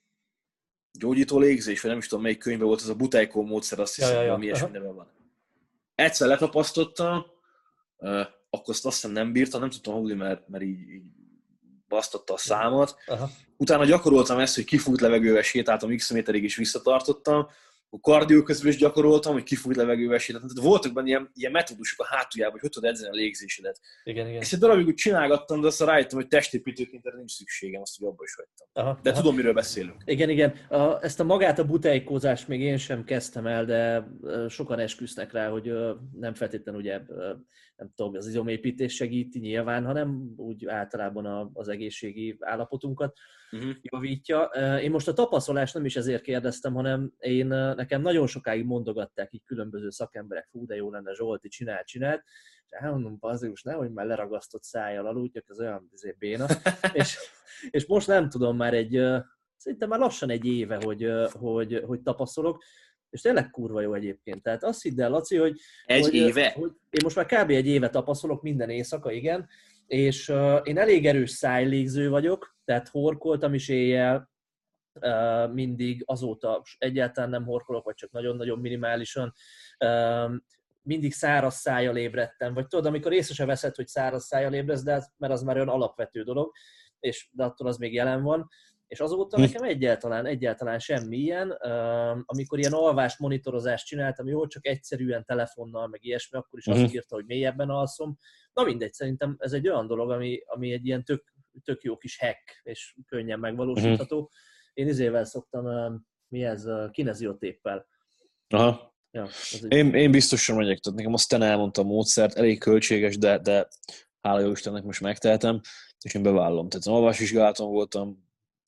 gyógyító légzés, vagy nem is tudom, melyik könyvben volt az a Buteyko módszer, azt hiszem, ja, ja, ja. Valami ilyesmi neve van. Egyszer letapasztottam, uh, akkor azt, azt hiszem nem bírtam, nem tudtam húzni, mert, mert így, így basztotta a számat. Aha. Utána gyakoroltam ezt, hogy kifújt levegővel sétáltam x méterig, és visszatartottam. A kardió közben is gyakoroltam, hogy kifújt levegővel sétáltam. Tehát voltak benne ilyen, ilyen metódusok a hátuljában, hogy hogy tudod edzeni a légzésedet. Igen, igen. Ezt egy darabig úgy csinálgattam, de aztán rájöttem, hogy testépítőként erre nincs szükségem, azt, hogy abba is hagytam. Aha, de aha. Tudom, miről beszélünk. Igen, igen. A, ezt a magát a butejkózást még én sem kezdtem el, de sokan esküsznek rá, hogy nem feltétlenül ugye, nem tudom, az izomépítés segíti nyilván, hanem úgy általában az egészségi állapotunkat uh-huh. javítja. Én most a tapaszolást nem is ezért kérdeztem, hanem én, nekem nagyon sokáig mondogatták így különböző szakemberek, fú, de jó lenne Zsolti, csinál, csinált. És elmondom, bazikus, nehogy már leragasztott szájjal aludjak, ez olyan béna. és, és most nem tudom, már egy, szerintem már lassan egy éve, hogy, hogy, hogy tapaszolok, és tényleg kurva jó egyébként. Tehát azt hidd el, Laci, hogy... Egy hogy, éve? Hogy én most már kb. Egy éve tapaszolok minden éjszaka, igen, és uh, én elég erős szájlégző vagyok, tehát horkoltam is éjjel, uh, mindig, azóta egyáltalán nem horkolok, vagy csak nagyon-nagyon minimálisan. Uh, mindig száraz szájjal ébredtem, vagy tudod, amikor észre se veszed, hogy száraz szájjal ébredsz, de az, mert az már olyan alapvető dolog, és de attól az még jelen van. És azóta hm. nekem egyáltalán, egyáltalán semmi ilyen. Uh, amikor ilyen alvás monitorozást csináltam, jó, csak egyszerűen telefonnal, meg ilyesmi, akkor is hm. azt írta, hogy mélyebben alszom. Na mindegy, szerintem ez egy olyan dolog, ami, ami egy ilyen tök, tök jó kis hack, és könnyen megvalósítható. Hm. Én izével szoktam, uh, mi ez, uh, kineziotéppel. Aha. Ja, én, én biztosan megyek, tehát nekem aztán elmondtam a módszert, elég költséges, de, de hála jó Istennek most megtehetem, és én bevállalom. Tehát az alvásvizsgálaton voltam,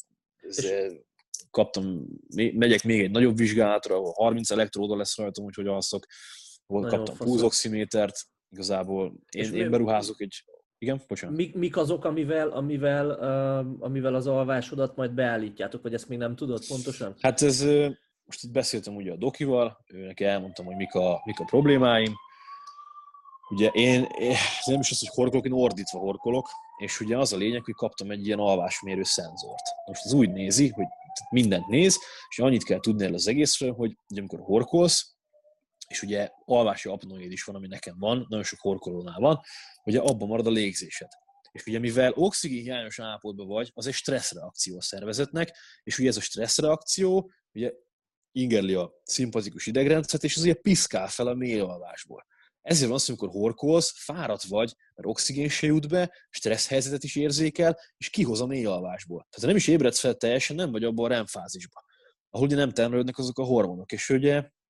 kaptam, megyek még egy nagyobb vizsgálatra, ahol harminc elektróda lesz rajtam, úgyhogy alszok, ahol kaptam pulzoximétert, igazából én, én beruházok egy... Igen, bocsánat. Mik, mik azok, amivel, amivel, uh, amivel az alvásodat majd beállítjátok, vagy ezt még nem tudod pontosan? Hát ez... Most itt beszéltem ugye a dokival, őnek elmondtam, hogy mik a, mik a problémáim. Ugye én, ez nem is az, hogy horkolok, én ordítva horkolok, és ugye az a lényeg, hogy kaptam egy ilyen alvásmérő szenzort. Most az úgy nézi, hogy mindent néz, és annyit kell tudni el az egészről, hogy ugye amikor horkolsz, és ugye alvási apnoéd is van, ami nekem van, nagyon sok horkolónál van, ugye abban marad a légzésed. És ugye mivel oxigénhiányos állapotban vagy, az egy stresszreakció a szervezetnek, és ugye ez a stresszreakció, ugye ingerli a szimpatikus idegrendszert, és az ugye piszkál fel a mély alvásból. Ezért van az, amikor horkolsz, fáradt vagy, mert oxigén se jut be, stressz helyzetet is érzékel, és kihoz a mély alvásból. Tehát nem is ébredsz fel teljesen, nem vagy abban a REM fázisban, ahol ugye nem termelődnek azok a hormonok. És ugye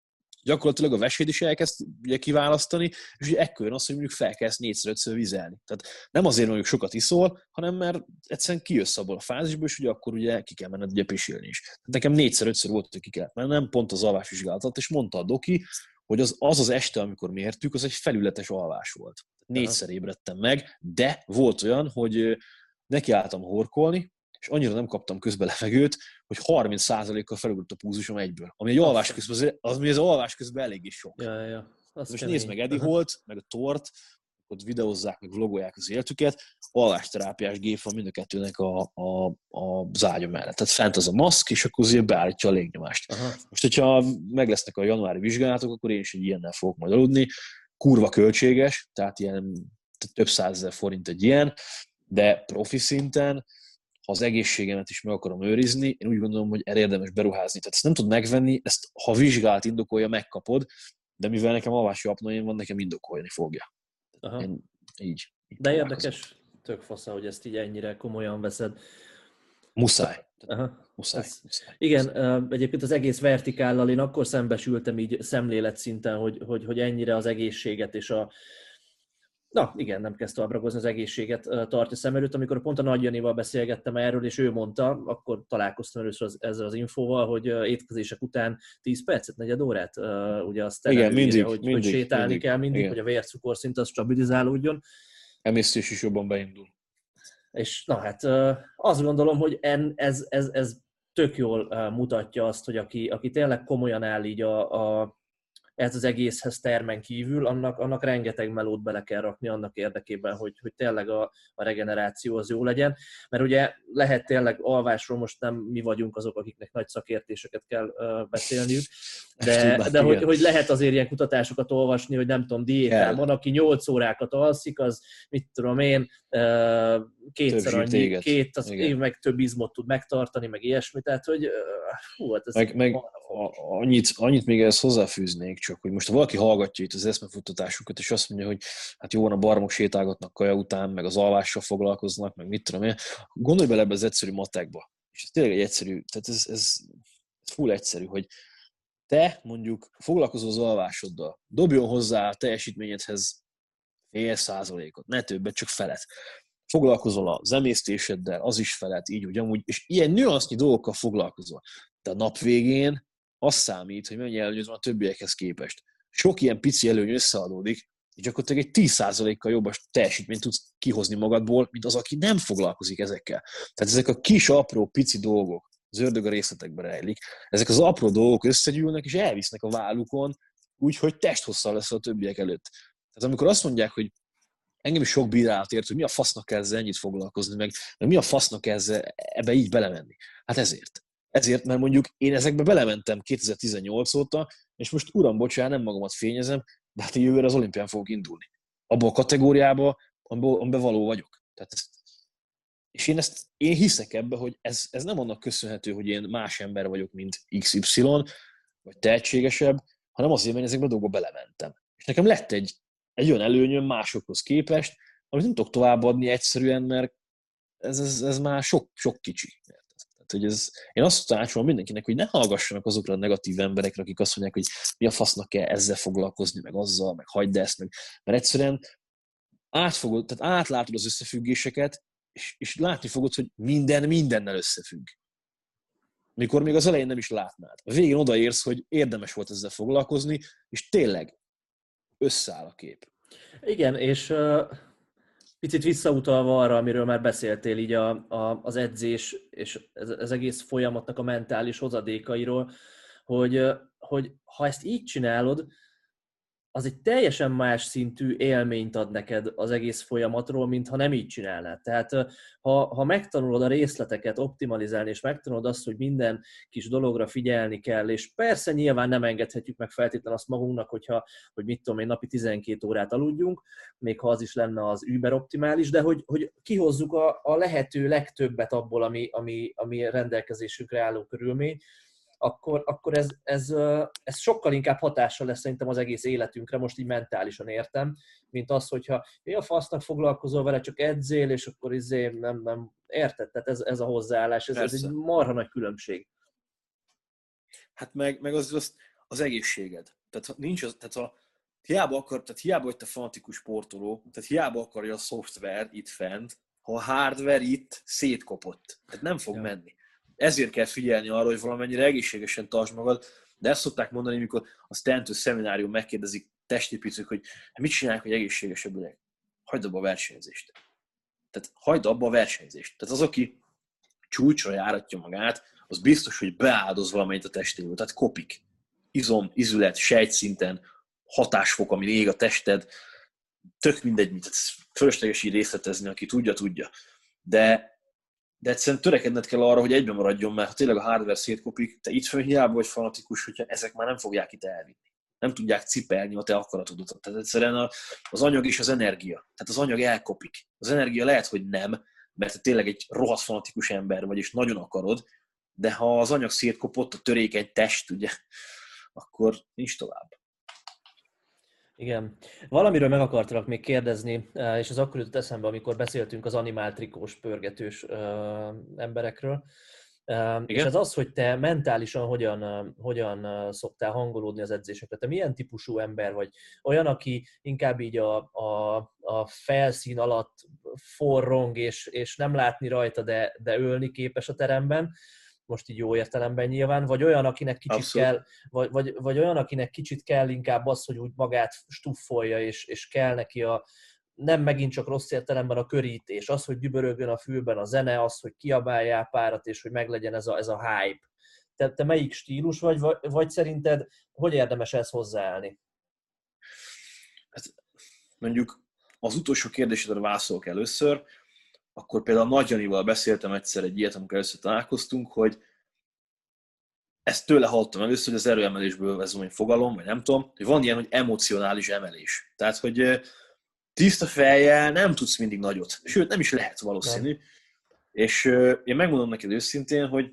Gyakorlatilag a vesét is elkezd ugye kiválasztani, és ugye ekkor jön az, hogy mondjuk felkezd négyszer-ötször vizelni. Tehát nem azért mondjuk sokat iszol, hanem mert egyszerűen kijössz abból a fázisból, és ugye akkor ugye ki kell menned ugye pisilni is. Tehát nekem négyszer-ötször volt, hogy ki kellett mennem, pont az alvásvizsgálatot, és mondta a doki, hogy az, az az este, amikor mértük, az egy felületes alvás volt. Négyszer ébredtem meg, de volt olyan, hogy nekiálltam horkolni, és annyira nem kaptam közbe levegőt, hogy harminc százalékkal felugrott a púzusom egyből. Ami egy alvás közben, az, ami az alvás közben eléggé sok. Ja, ja. Most nézd meg Eddie Holt, meg a Tort, ott videózzák, meg vlogolják az életüket, alvásterápiás gép van mind a kettőnek a, a, a zágya mellett. Tehát fent az a maszk, és akkor azért beállítja a légnyomást. Aha. Most, hogyha meg lesznek a januári vizsgálatok, akkor én is egy ilyennel fogok majd aludni. Kurva költséges, tehát ilyen több százezer forint egy ilyen, de profi szinten, ha az egészségemet is meg akarom őrizni, én úgy gondolom, hogy erre érdemes beruházni. Tehát ezt nem tud megvenni, ezt ha vizsgálat indokolja, megkapod, de mivel nekem alvási apnoém van, nekem indokolni fogja. Én így, így de érdekes, tök fasza, hogy ezt így ennyire komolyan veszed. Muszáj. Aha. Muszáj, Ez, muszáj. Igen, muszáj. Egyébként az egész vertikállal én akkor szembesültem így szemléletszinten, hogy, hogy, hogy ennyire az egészséget és a Na igen, nem kezd tovább ragozni, az egészséget tartja szem előtt. Amikor pont a Nagy Janival beszélgettem erről, és ő mondta, akkor találkoztam először az, ezzel az infóval, hogy étkezések után tíz percet, negyed órát, ugye azt igen, mindig, írja, hogy, mindig, hogy sétálni mindig, kell mindig, igen. hogy a vércukorszint az stabilizálódjon. Emésztés is jobban beindul. És na hát azt gondolom, hogy en, ez, ez, ez tök jól mutatja azt, hogy aki, aki tényleg komolyan áll így a, a ez az egészhez termen kívül, annak, annak rengeteg melót bele kell rakni annak érdekében, hogy, hogy tényleg a, a regeneráció az jó legyen. Mert ugye lehet tényleg alvásról, most nem mi vagyunk azok, akiknek nagy szakértéseket kell uh, beszélniük, de, de hogy, hogy lehet azért ilyen kutatásokat olvasni, hogy nem tudom, diétán van, aki nyolc órákat alszik, az mit tudom én, uh, kétszer annyi, két az év meg több izmot tud megtartani, meg ilyesmi, tehát hogy uh, hú, hát ez meg, meg a, annyit, annyit még ehhez hozzáfűznék csak, hogy most ha valaki hallgatja itt az eszmefuttatásukat, és azt mondja, hogy hát jó van, a barmok sétálgatnak kaja után, meg az alvással foglalkoznak, meg mit tudom én, gondolj bele ebbe az egyszerű matekba. És ez tényleg egy egyszerű, tehát ez, ez, ez full egyszerű, hogy te mondjuk foglalkozol az alvásoddal, dobjon hozzá a teljesítményedhez fél százalékot, ne többet, csak felet. Foglalkozol az emésztéseddel, az is felet, így úgy amúgy, és ilyen nüansznyi dolgokkal foglalkozol. De a nap végén az számít, hogy mennyi előnyöd van a többiekhez képest. Sok ilyen pici előny összeadódik, és gyakorlatilag egy tíz százalékkal jobb teljesítményt tudsz kihozni magadból, mint az, aki nem foglalkozik ezekkel. Tehát ezek a kis, apró, pici dolgok, az ördög a részletekben rejlik, ezek az apró dolgok összegyűlnek, és elvisznek a vállukon, úgyhogy testhosszal lesz a többiek előtt. Tehát amikor azt mondják, hogy engem is sok bírálat ért, hogy mi a fasznak kell ezzel ennyit foglalkozni, meg, meg mi a fasznak kell ezzel, ebbe így belemenni. Hát ezért. Ezért, mert mondjuk én ezekbe belementem kétezer-tizennyolc óta, és most uram, bocsánat, nem magamat fényezem, de hát jövőre az olimpián fogok indulni. Abba a kategóriába, amiben való vagyok. Tehát ezt, és én, ezt, én hiszek ebbe, hogy ez, ez nem annak köszönhető, hogy én más ember vagyok, mint iksz ipszilon, vagy tehetségesebb, hanem azért, mert ezekbe a dolgokba belementem. És nekem lett egy, egy olyan előnyöm másokhoz képest, amit nem tudok továbbadni egyszerűen, mert ez, ez, ez már sok, sok kicsi. Tehát, hogy ez, én azt tanácsolom mindenkinek, hogy ne hallgassanak azokra a negatív emberekre, akik azt mondják, hogy mi a fasznak kell ezzel foglalkozni, meg azzal, meg hagyd ezt, meg, mert egyszerűen átfogod, tehát átlátod az összefüggéseket, és, és látni fogod, hogy minden mindennel összefügg. Mikor még az elején nem is látnád. A végén odaérsz, hogy érdemes volt ezzel foglalkozni, és tényleg összeáll a kép. Igen, és uh, picit visszautalva arra, amiről már beszéltél, így a, a, az edzés és ez, ez egész folyamatnak a mentális hozadékairól, hogy, hogy ha ezt így csinálod, az egy teljesen más szintű élményt ad neked az egész folyamatról, mint ha nem így csinálnád. Tehát ha, ha megtanulod a részleteket optimalizálni, és megtanulod azt, hogy minden kis dologra figyelni kell, és persze nyilván nem engedhetjük meg feltétlenül azt magunknak, hogyha, hogy mit tudom én, napi tizenkét órát aludjunk, még ha az is lenne az überoptimális, de hogy, hogy kihozzuk a, a lehető legtöbbet abból, ami, ami, ami rendelkezésünkre álló körülmény, akkor, akkor ez, ez, ez sokkal inkább hatással lesz szerintem az egész életünkre, most így mentálisan értem, mint az, hogyha mi a fasznak foglalkozol vele, csak edzél, és akkor izé nem, nem érted? Tehát ez, ez a hozzáállás, ez, ez egy marha nagy különbség. Hát meg, meg az, az, az egészséged. Tehát nincs az, tehát a, hiába akar, tehát hiába vagy te fanatikus sportoló, tehát hiába akarja a szoftver itt fent, ha a hardware itt szétkopott. Tehát nem fog Ja. menni. Ezért kell figyelni arra, hogy valamennyire egészségesen tartsd magad, de ezt szokták mondani, amikor a Stanton szeminárium megkérdezik testépítők, hogy hát mit csinálják, hogy egészségesebb legyen. Hagyd abba a versenyzést. Tehát hagyd abba a versenyzést. Tehát az, aki csúcsra járatja magát, az biztos, hogy beáldoz valamelyet a testéből. Tehát kopik. Izom, izület, sejtszinten, hatásfok, ami ég a tested, tök mindegy, mit fölösleges így részletezni, aki tudja, tudja. De, de egyszerűen törekedned kell arra, hogy egyben maradjon, mert ha tényleg a hardware szétkopik, te itt fönn hiába vagy fanatikus, hogyha ezek már nem fogják itt elvinni. Nem tudják cipelni a te akaratodat. Tehát egyszerűen az anyag és az energia. Tehát az anyag elkopik. Az energia lehet, hogy nem, mert te tényleg egy rohadt fanatikus ember vagy, és nagyon akarod, de ha az anyag szétkopott, a törékeny test, ugye, akkor nincs tovább. Igen. Valamiről meg akartalak még kérdezni, és az akkor jutott eszembe, amikor beszéltünk az animál trikós, pörgetős uh, emberekről. Uh, és ez az, hogy te mentálisan hogyan, uh, hogyan uh, szoktál hangolódni az edzésekre. Te milyen típusú ember vagy? Olyan, aki inkább így a, a, a felszín alatt forrong, és, és nem látni rajta, de, de ölni képes a teremben, most így jó értelemben nyilván, vagy olyan, akinek kicsit Abszolút. kell, vagy, vagy, vagy olyan, akinek kicsit kell inkább az, hogy úgy magát stuffolja, és, és kell neki a, nem megint csak rossz értelemben a körítés, az, hogy dübörögjön a fülben a zene, az, hogy kiabáljál párat, és hogy meglegyen ez a, ez a hype. Te, te melyik stílus vagy, vagy, vagy szerinted hogy érdemes ezt hozzáállni? Hát, mondjuk az utolsó kérdésedre válaszolok először, akkor például Nagy Janival beszéltem egyszer egy ilyet, amikor először találkoztunk, hogy ezt tőle hallottam először, hogy az erőemelésből ez olyan fogalom, vagy nem tudom, hogy van ilyen, hogy emocionális emelés. Tehát, hogy tiszta fejjel nem tudsz mindig nagyot. Sőt, nem is lehet valószínű. Nem. És én megmondom neked őszintén, hogy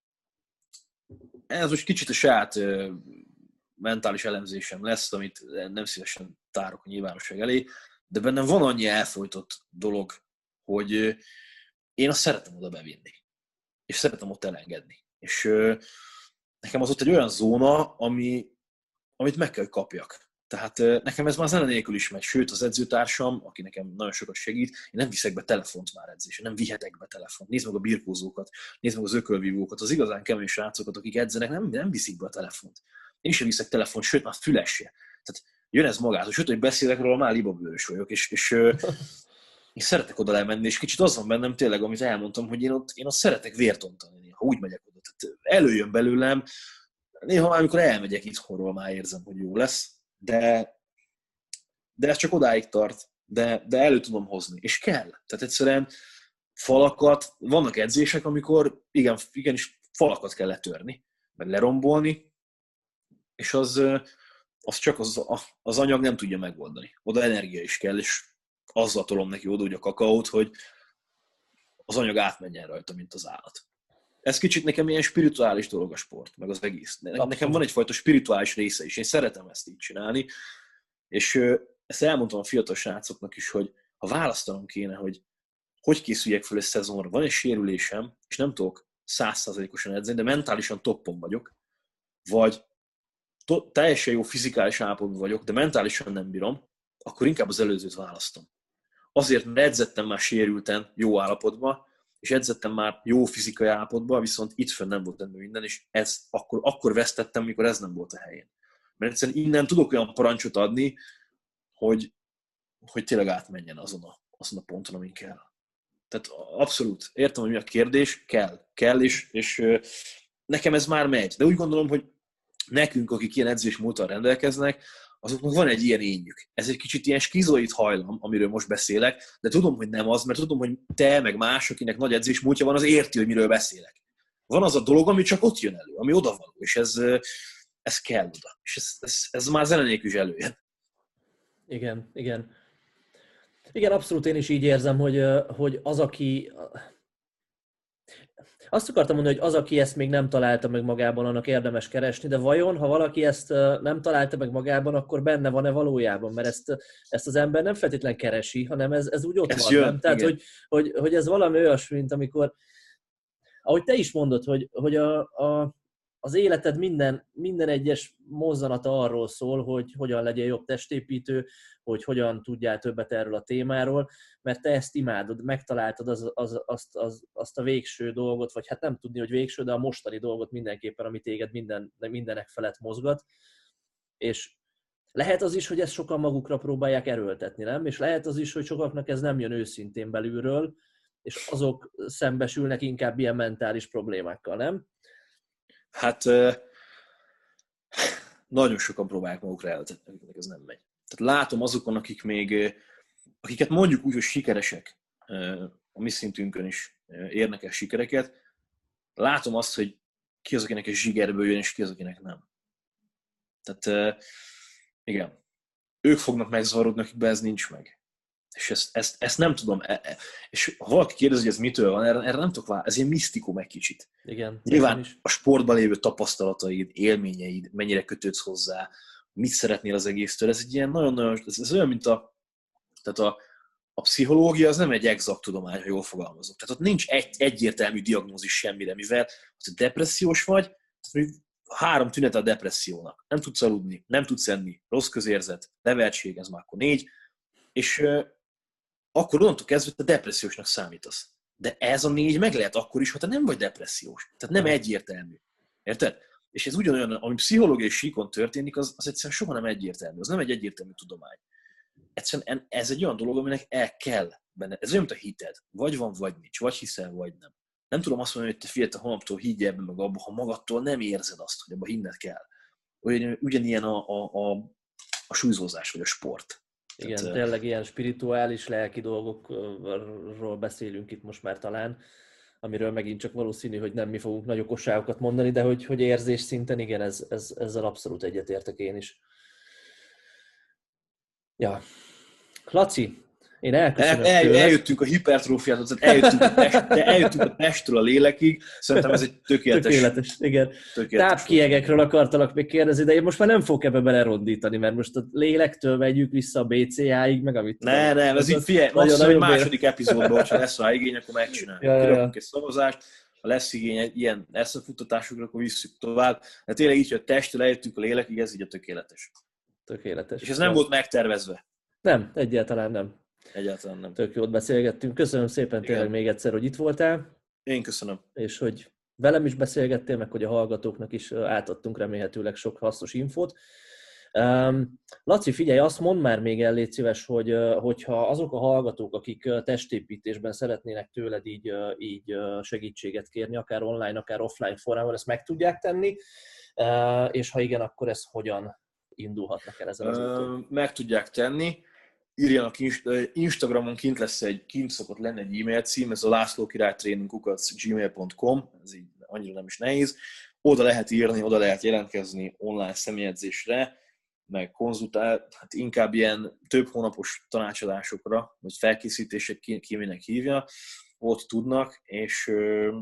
ez most kicsit a saját mentális elemzésem lesz, amit nem szívesen tárok a nyilvánosság elé, de bennem van annyi elfojtott dolog, hogy én azt szeretem oda bevinni. És szeretem ott elengedni. És nekem az ott egy olyan zóna, ami, amit meg kell, hogy kapjak. Tehát nekem ez már zene nélkül is megy. Sőt, az edzőtársam, aki nekem nagyon sokat segít, én nem viszek be telefont már edzésre, nem vihetek be telefont. Nézd meg a birkózókat, nézd meg az ökölvívókat, az igazán kemény srácokat, akik edzenek, nem, nem viszik be a telefont. Én sem viszek telefont, sőt, már füles se. Tehát jön ez magától, sőt, hogy beszélek róla, már libabőrös vagyok, és, és én szeretek oda lemenni, és kicsit az van bennem tényleg, amit elmondtam, hogy én ott, én ott szeretek vért ontani, ha úgy megyek oda. Tehát előjön belőlem, néha már, amikor elmegyek itthonról, már érzem, hogy jó lesz, de, de ez csak odáig tart, de, de elő tudom hozni, és kell. Tehát egyszerűen falakat, vannak edzések, amikor igen, igenis falakat kell letörni, meg lerombolni, és az, az csak az, az anyag nem tudja megoldani. Oda energia is kell, és azzal tolom neki oda, hogy a kakaót, hogy az anyag átmenjen rajta, mint az állat. Ez kicsit nekem ilyen spirituális dolog a sport, meg az egész. Nekem Abszolút. Van egyfajta spirituális része is, én szeretem ezt így csinálni, és ezt elmondtam a fiatal srácoknak is, hogy ha választanom kéne, hogy hogy készüljek fel egy szezonra, van egy sérülésem, és nem tudok száz százalékosan edzeni, de mentálisan toppon vagyok, vagy to- teljesen jó fizikális állapotban vagyok, de mentálisan nem bírom, akkor inkább az előzőt választom. Azért, mert edzettem már sérülten, jó állapotban, és edzettem már jó fizikai állapotban, viszont itt fönn nem volt ennél minden, és ez akkor, akkor vesztettem, mikor ez nem volt a helyén. Mert egyszerűen innen tudok olyan parancsot adni, hogy, hogy tényleg átmenjen azon a, azon a ponton, amin kell. Tehát abszolút, értem, hogy mi a kérdés, kell, kell, és, és nekem ez már megy. De úgy gondolom, hogy nekünk, akik ilyen edzés múltal rendelkeznek, azoknak van egy ilyen énjük. Ez egy kicsit ilyen skizoid hajlam, amiről most beszélek, de tudom, hogy nem az, mert tudom, hogy te, meg más, akinek nagy edzés múltja van, az érti, hogy miről beszélek. Van az a dolog, ami csak ott jön elő, ami odavaló, és ez, ez kell oda. És ez, ez, ez már zene nélkül is előjön. Igen, igen. Igen, abszolút én is így érzem, hogy, hogy az, aki... Azt akartam mondani, hogy az, aki ezt még nem találta meg magában, annak érdemes keresni, de vajon, ha valaki ezt nem találta meg magában, akkor benne van-e valójában? Mert ezt, ezt az ember nem feltétlenül keresi, hanem ez, ez úgy ott ez van. Jön, nem? Tehát, hogy, hogy, hogy ez valami olyasmi, mint amikor, ahogy te is mondod, hogy, hogy a, a, az életed minden, minden egyes mozzanata arról szól, hogy hogyan legyen jobb testépítő, hogy hogyan tudjál többet erről a témáról, mert te ezt imádod, megtaláltad az, az, azt, az, azt a végső dolgot, vagy hát nem tudni, hogy végső, de a mostani dolgot mindenképpen, ami téged minden, mindenek felett mozgat, és lehet az is, hogy ezt sokan magukra próbálják erőltetni, nem? És lehet az is, hogy sokaknak ez nem jön őszintén belülről, és azok szembesülnek inkább ilyen mentális problémákkal, nem? Hát nagyon sokan próbálják magukra erőltetni, akiknek ez nem megy. Tehát látom azokon, akik még, akiket mondjuk úgy, hogy sikeresek, a mi szintünkön is érnek el sikereket, látom azt, hogy ki az, akinek ez zsigerből jön, és ki az, akinek nem. Tehát igen, ők fognak megzavarodni, akikben ez nincs meg. És ezt, ezt, ezt nem tudom. És ha valaki kérdezi, hogy ez mitől van, erre, erre nem tudok válaszolni. Ez ilyen misztikum egy kicsit. Igen, nyilván a sportban lévő tapasztalataid, élményeid, mennyire kötődsz hozzá, mit szeretnél az egésztől, ez egy ilyen nagyon-nagyon, ez, ez olyan, mint a, tehát a, a pszichológia, az nem egy exakt tudomány, ha jól fogalmazok. Tehát ott nincs egy, egyértelmű diagnózis semmire, mivel ha depressziós vagy, tehát három tünete a depressziónak. Nem tudsz aludni, nem tudsz enni, rossz közérzet, levertség, ez már akkor négy, és euh, akkor onnantól kezdve te depressziósnak számítasz. De ez a négy meg lehet akkor is, ha te nem vagy depressziós. Tehát nem egyértelmű. Érted? És ez ugyanolyan, ami pszichológiai síkon történik, az, az egyszerűen soha nem egyértelmű. Az nem egy egyértelmű tudomány. Egyszerűen ez egy olyan dolog, aminek el kell benne. Ez olyan, mint a hited. Vagy van, vagy nincs. Vagy hiszel, vagy nem. Nem tudom azt mondani, hogy te figyelj, te holnaptól higgy ebben meg abban, ha magadtól nem érzed azt, hogy abban hinned kell. Ugyan, ugyanilyen a, a, a, a súlyzózás, vagy a sport. Igen, tehát, tényleg ilyen spirituális, lelki dolgokról beszélünk itt most már talán, amiről megint csak valószínű, hogy nem mi fogunk nagy okosságokat mondani, de hogy, hogy érzés szinten igen, ez, ez, ezzel abszolút egyetértek én is. Ja. Laci, én elköszönöm el, el, eljöttünk a hipertrófiától, eljöttünk a, test, de eljöttünk a testről a lélekig, szerintem ez egy tökéletes. Tökéletes, igen. Tápkiegekről akartalak még kérdezni, de én most már nem fogok ebbe belerondítani, mert most a lélektől megyük vissza a bé cé á-ig, meg amit... Ne, ne, ez így figyelj, azt hogy második epizódban, hogyha lesz rá igény, akkor megcsináljuk. Ja, Kirakunk ja. egy szavazást, ha lesz igény ilyen eszefuttatásokra, akkor visszük tovább. De tényleg így, hogy a testtől eljöttünk a lélekig, ez így a tökéletes. Tökéletes. És ez nem ja. volt megtervezve. Nem, egyáltalán nem. Egyáltalán nem. Tök jót beszélgettünk. Köszönöm szépen Igen. tényleg még egyszer, hogy itt voltál. Én köszönöm. És hogy velem is beszélgettél, meg hogy a hallgatóknak is átadtunk remélhetőleg sok hasznos infót. Um, Laci, figyelj, azt mondd már még el, légy szíves, hogy, hogyha azok a hallgatók, akik testépítésben szeretnének tőled így, így segítséget kérni, akár online, akár offline formában, ezt meg tudják tenni, uh, és ha igen, akkor ez hogyan indulhatnak el ezen az úton? Meg tudják tenni. Írjanak Instagramon, kint lesz egy, kint szokott lenni egy e-mail cím, ez a lászlókirálytréning kukac gmail pont com, ez így annyira nem is nehéz. Oda lehet írni, oda lehet jelentkezni online személyedzésre, meg konzultál, hát inkább ilyen több hónapos tanácsadásokra, vagy felkészítések, ki, ki minek hívja, ott tudnak, és ö,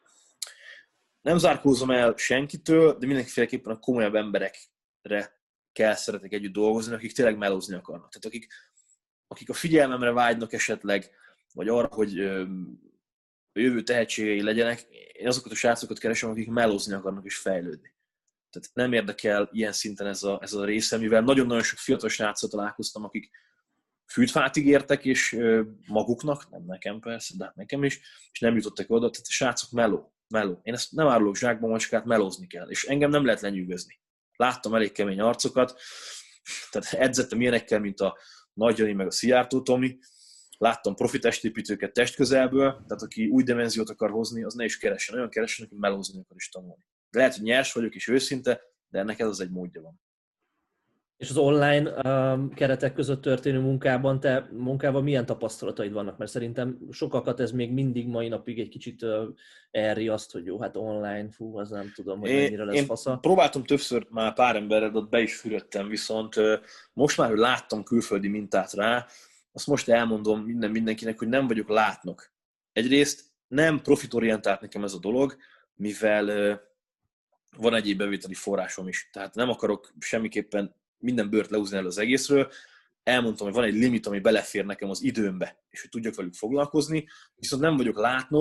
nem zárkózom el senkitől, de mindenféleképpen a komolyabb emberekre kell szeretek együtt dolgozni, akik tényleg melózni akarnak. Tehát akik, akik a figyelmemre vágynak esetleg, vagy arra, hogy ö, a jövő tehetségei legyenek, én azokat a srácokat keresem, akik melózni akarnak és fejlődni. Tehát nem érdekel ilyen szinten ez a, ez a része, mivel nagyon-nagyon sok fiatal srácot találkoztam, akik fűtfát ígértek, és ö, maguknak, nem nekem persze, de nekem is, és nem jutottak oda, tehát a srácok meló, meló. Én ezt nem árulok zsákba macskát, melózni kell, és engem nem lehet lenyűgözni. Láttam elég kemény arcokat, tehát edzettem ilyenekkel, mint a Nagy Jani meg a Szijjártó Tomi, láttam profi testépítőket testközelből, tehát aki új dimenziót akar hozni, az ne is keressen, olyan keressen, aki melózni akar is tanulni. De lehet, hogy nyers vagyok és őszinte, de ennek ez az egy módja van. És az online um, keretek között történő munkában, te munkában milyen tapasztalataid vannak? Mert szerintem sokakat ez még mindig mai napig egy kicsit uh, elriaszt, hogy jó, hát online, fú, az nem tudom, hogy mennyire lesz én fasza. Próbáltam többször már pár emberrel, de ott be is fürödtem, viszont uh, most már, hogy láttam külföldi mintát rá, azt most elmondom minden mindenkinek, hogy nem vagyok látnok. Egyrészt nem profitorientált nekem ez a dolog, mivel uh, van egyéb bevételi forrásom is. Tehát nem akarok semmiképpen minden bőrt lehúzni el az egészről. Elmondtam, hogy van egy limit, ami belefér nekem az időmbe, és hogy tudjak velük foglalkozni, viszont nem vagyok látnok,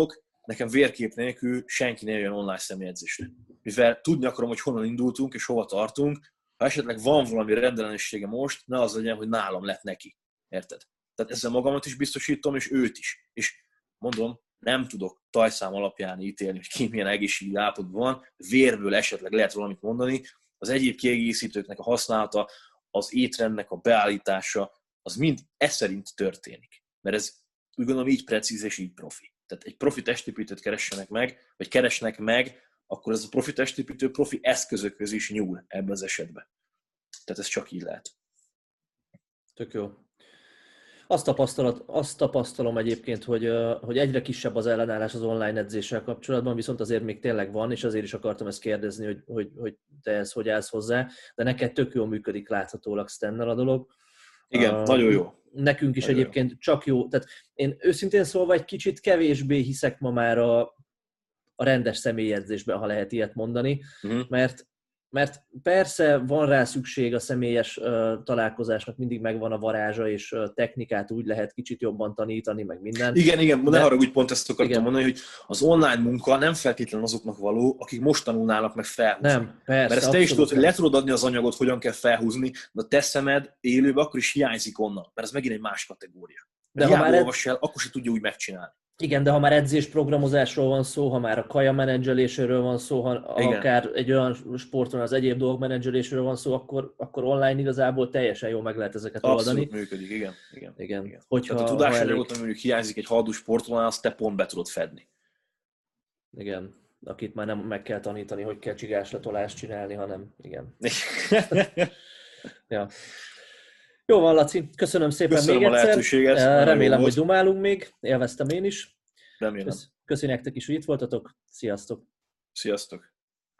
nekem vérkép nélkül senki ne jön online személyedzésre. Mivel tudni akarom, hogy honnan indultunk és hova tartunk, ha esetleg van valami rendellenessége most, ne az legyen, hogy nálam lett neki. Érted? Tehát ezzel magamat is biztosítom, és őt is. És mondom, nem tudok tajszám alapján ítélni, hogy ki milyen egészségügyi állapotban van, vérből esetleg lehet valamit mondani, az egyéb kiegészítőknek a használata, az étrendnek a beállítása, az mind e szerint történik. Mert ez úgy gondolom így precíz és így profi. Tehát egy profi testépítőt keressenek meg, vagy keresnek meg, akkor ez a profi testépítő profi eszközökhöz is nyúl ebben az esetben. Tehát ez csak így lehet. Tök jó. Azt, tapasztalat, azt tapasztalom egyébként, hogy, hogy egyre kisebb az ellenállás az online edzéssel kapcsolatban, viszont azért még tényleg van, és azért is akartam ezt kérdezni, hogy, hogy, hogy te ez hogy állsz hozzá, de neked tök jól működik láthatólag Stennel a dolog. Igen, uh, nagyon jó. Nekünk is nagyon egyébként jó. Csak jó. Tehát én őszintén szólva egy kicsit kevésbé hiszek ma már a, a rendes személyedzésben, ha lehet ilyet mondani, uh-huh. mert Mert persze van rá szükség a személyes uh, találkozásnak, mindig megvan a varázsa, és uh, technikát úgy lehet kicsit jobban tanítani, meg minden. Igen, igen, de ne haragudj, pont ezt akartam igen. mondani, hogy az online munka nem feltétlenül azoknak való, akik most tanulnának meg felhúzni. Nem, persze. Mert ezt te is tudod, hogy le tudod adni az anyagot, hogyan kell felhúzni, de a te szemed élőben akkor is hiányzik onnan, mert ez megint egy más kategória. De ha már olvas el, akkor se tudja úgy megcsinálni. Igen, de ha már edzésprogramozásról van szó, ha már a kaja menedzseléséről van szó, ha igen. akár egy olyan sporton az egyéb dolgok menedzseléséről van szó, akkor, akkor online igazából teljesen jól meg lehet ezeket Abszolút oldani. Abszolút működik, igen. igen. igen. igen. Hogyha, Tehát a tudásanyagot, ami mondjuk hiányzik egy haladó sporton, azt te pont be tudod fedni. Igen, akit már nem meg kell tanítani, hogy kell csigásletolást csinálni, hanem igen. ja. Jó van, Laci, köszönöm szépen köszönöm még a egyszer. Lehetőséget. Remélem, hogy dumálunk még. Élveztem én is. Remélem. Köszönjük nektek is, hogy itt voltatok. Sziasztok! Sziasztok!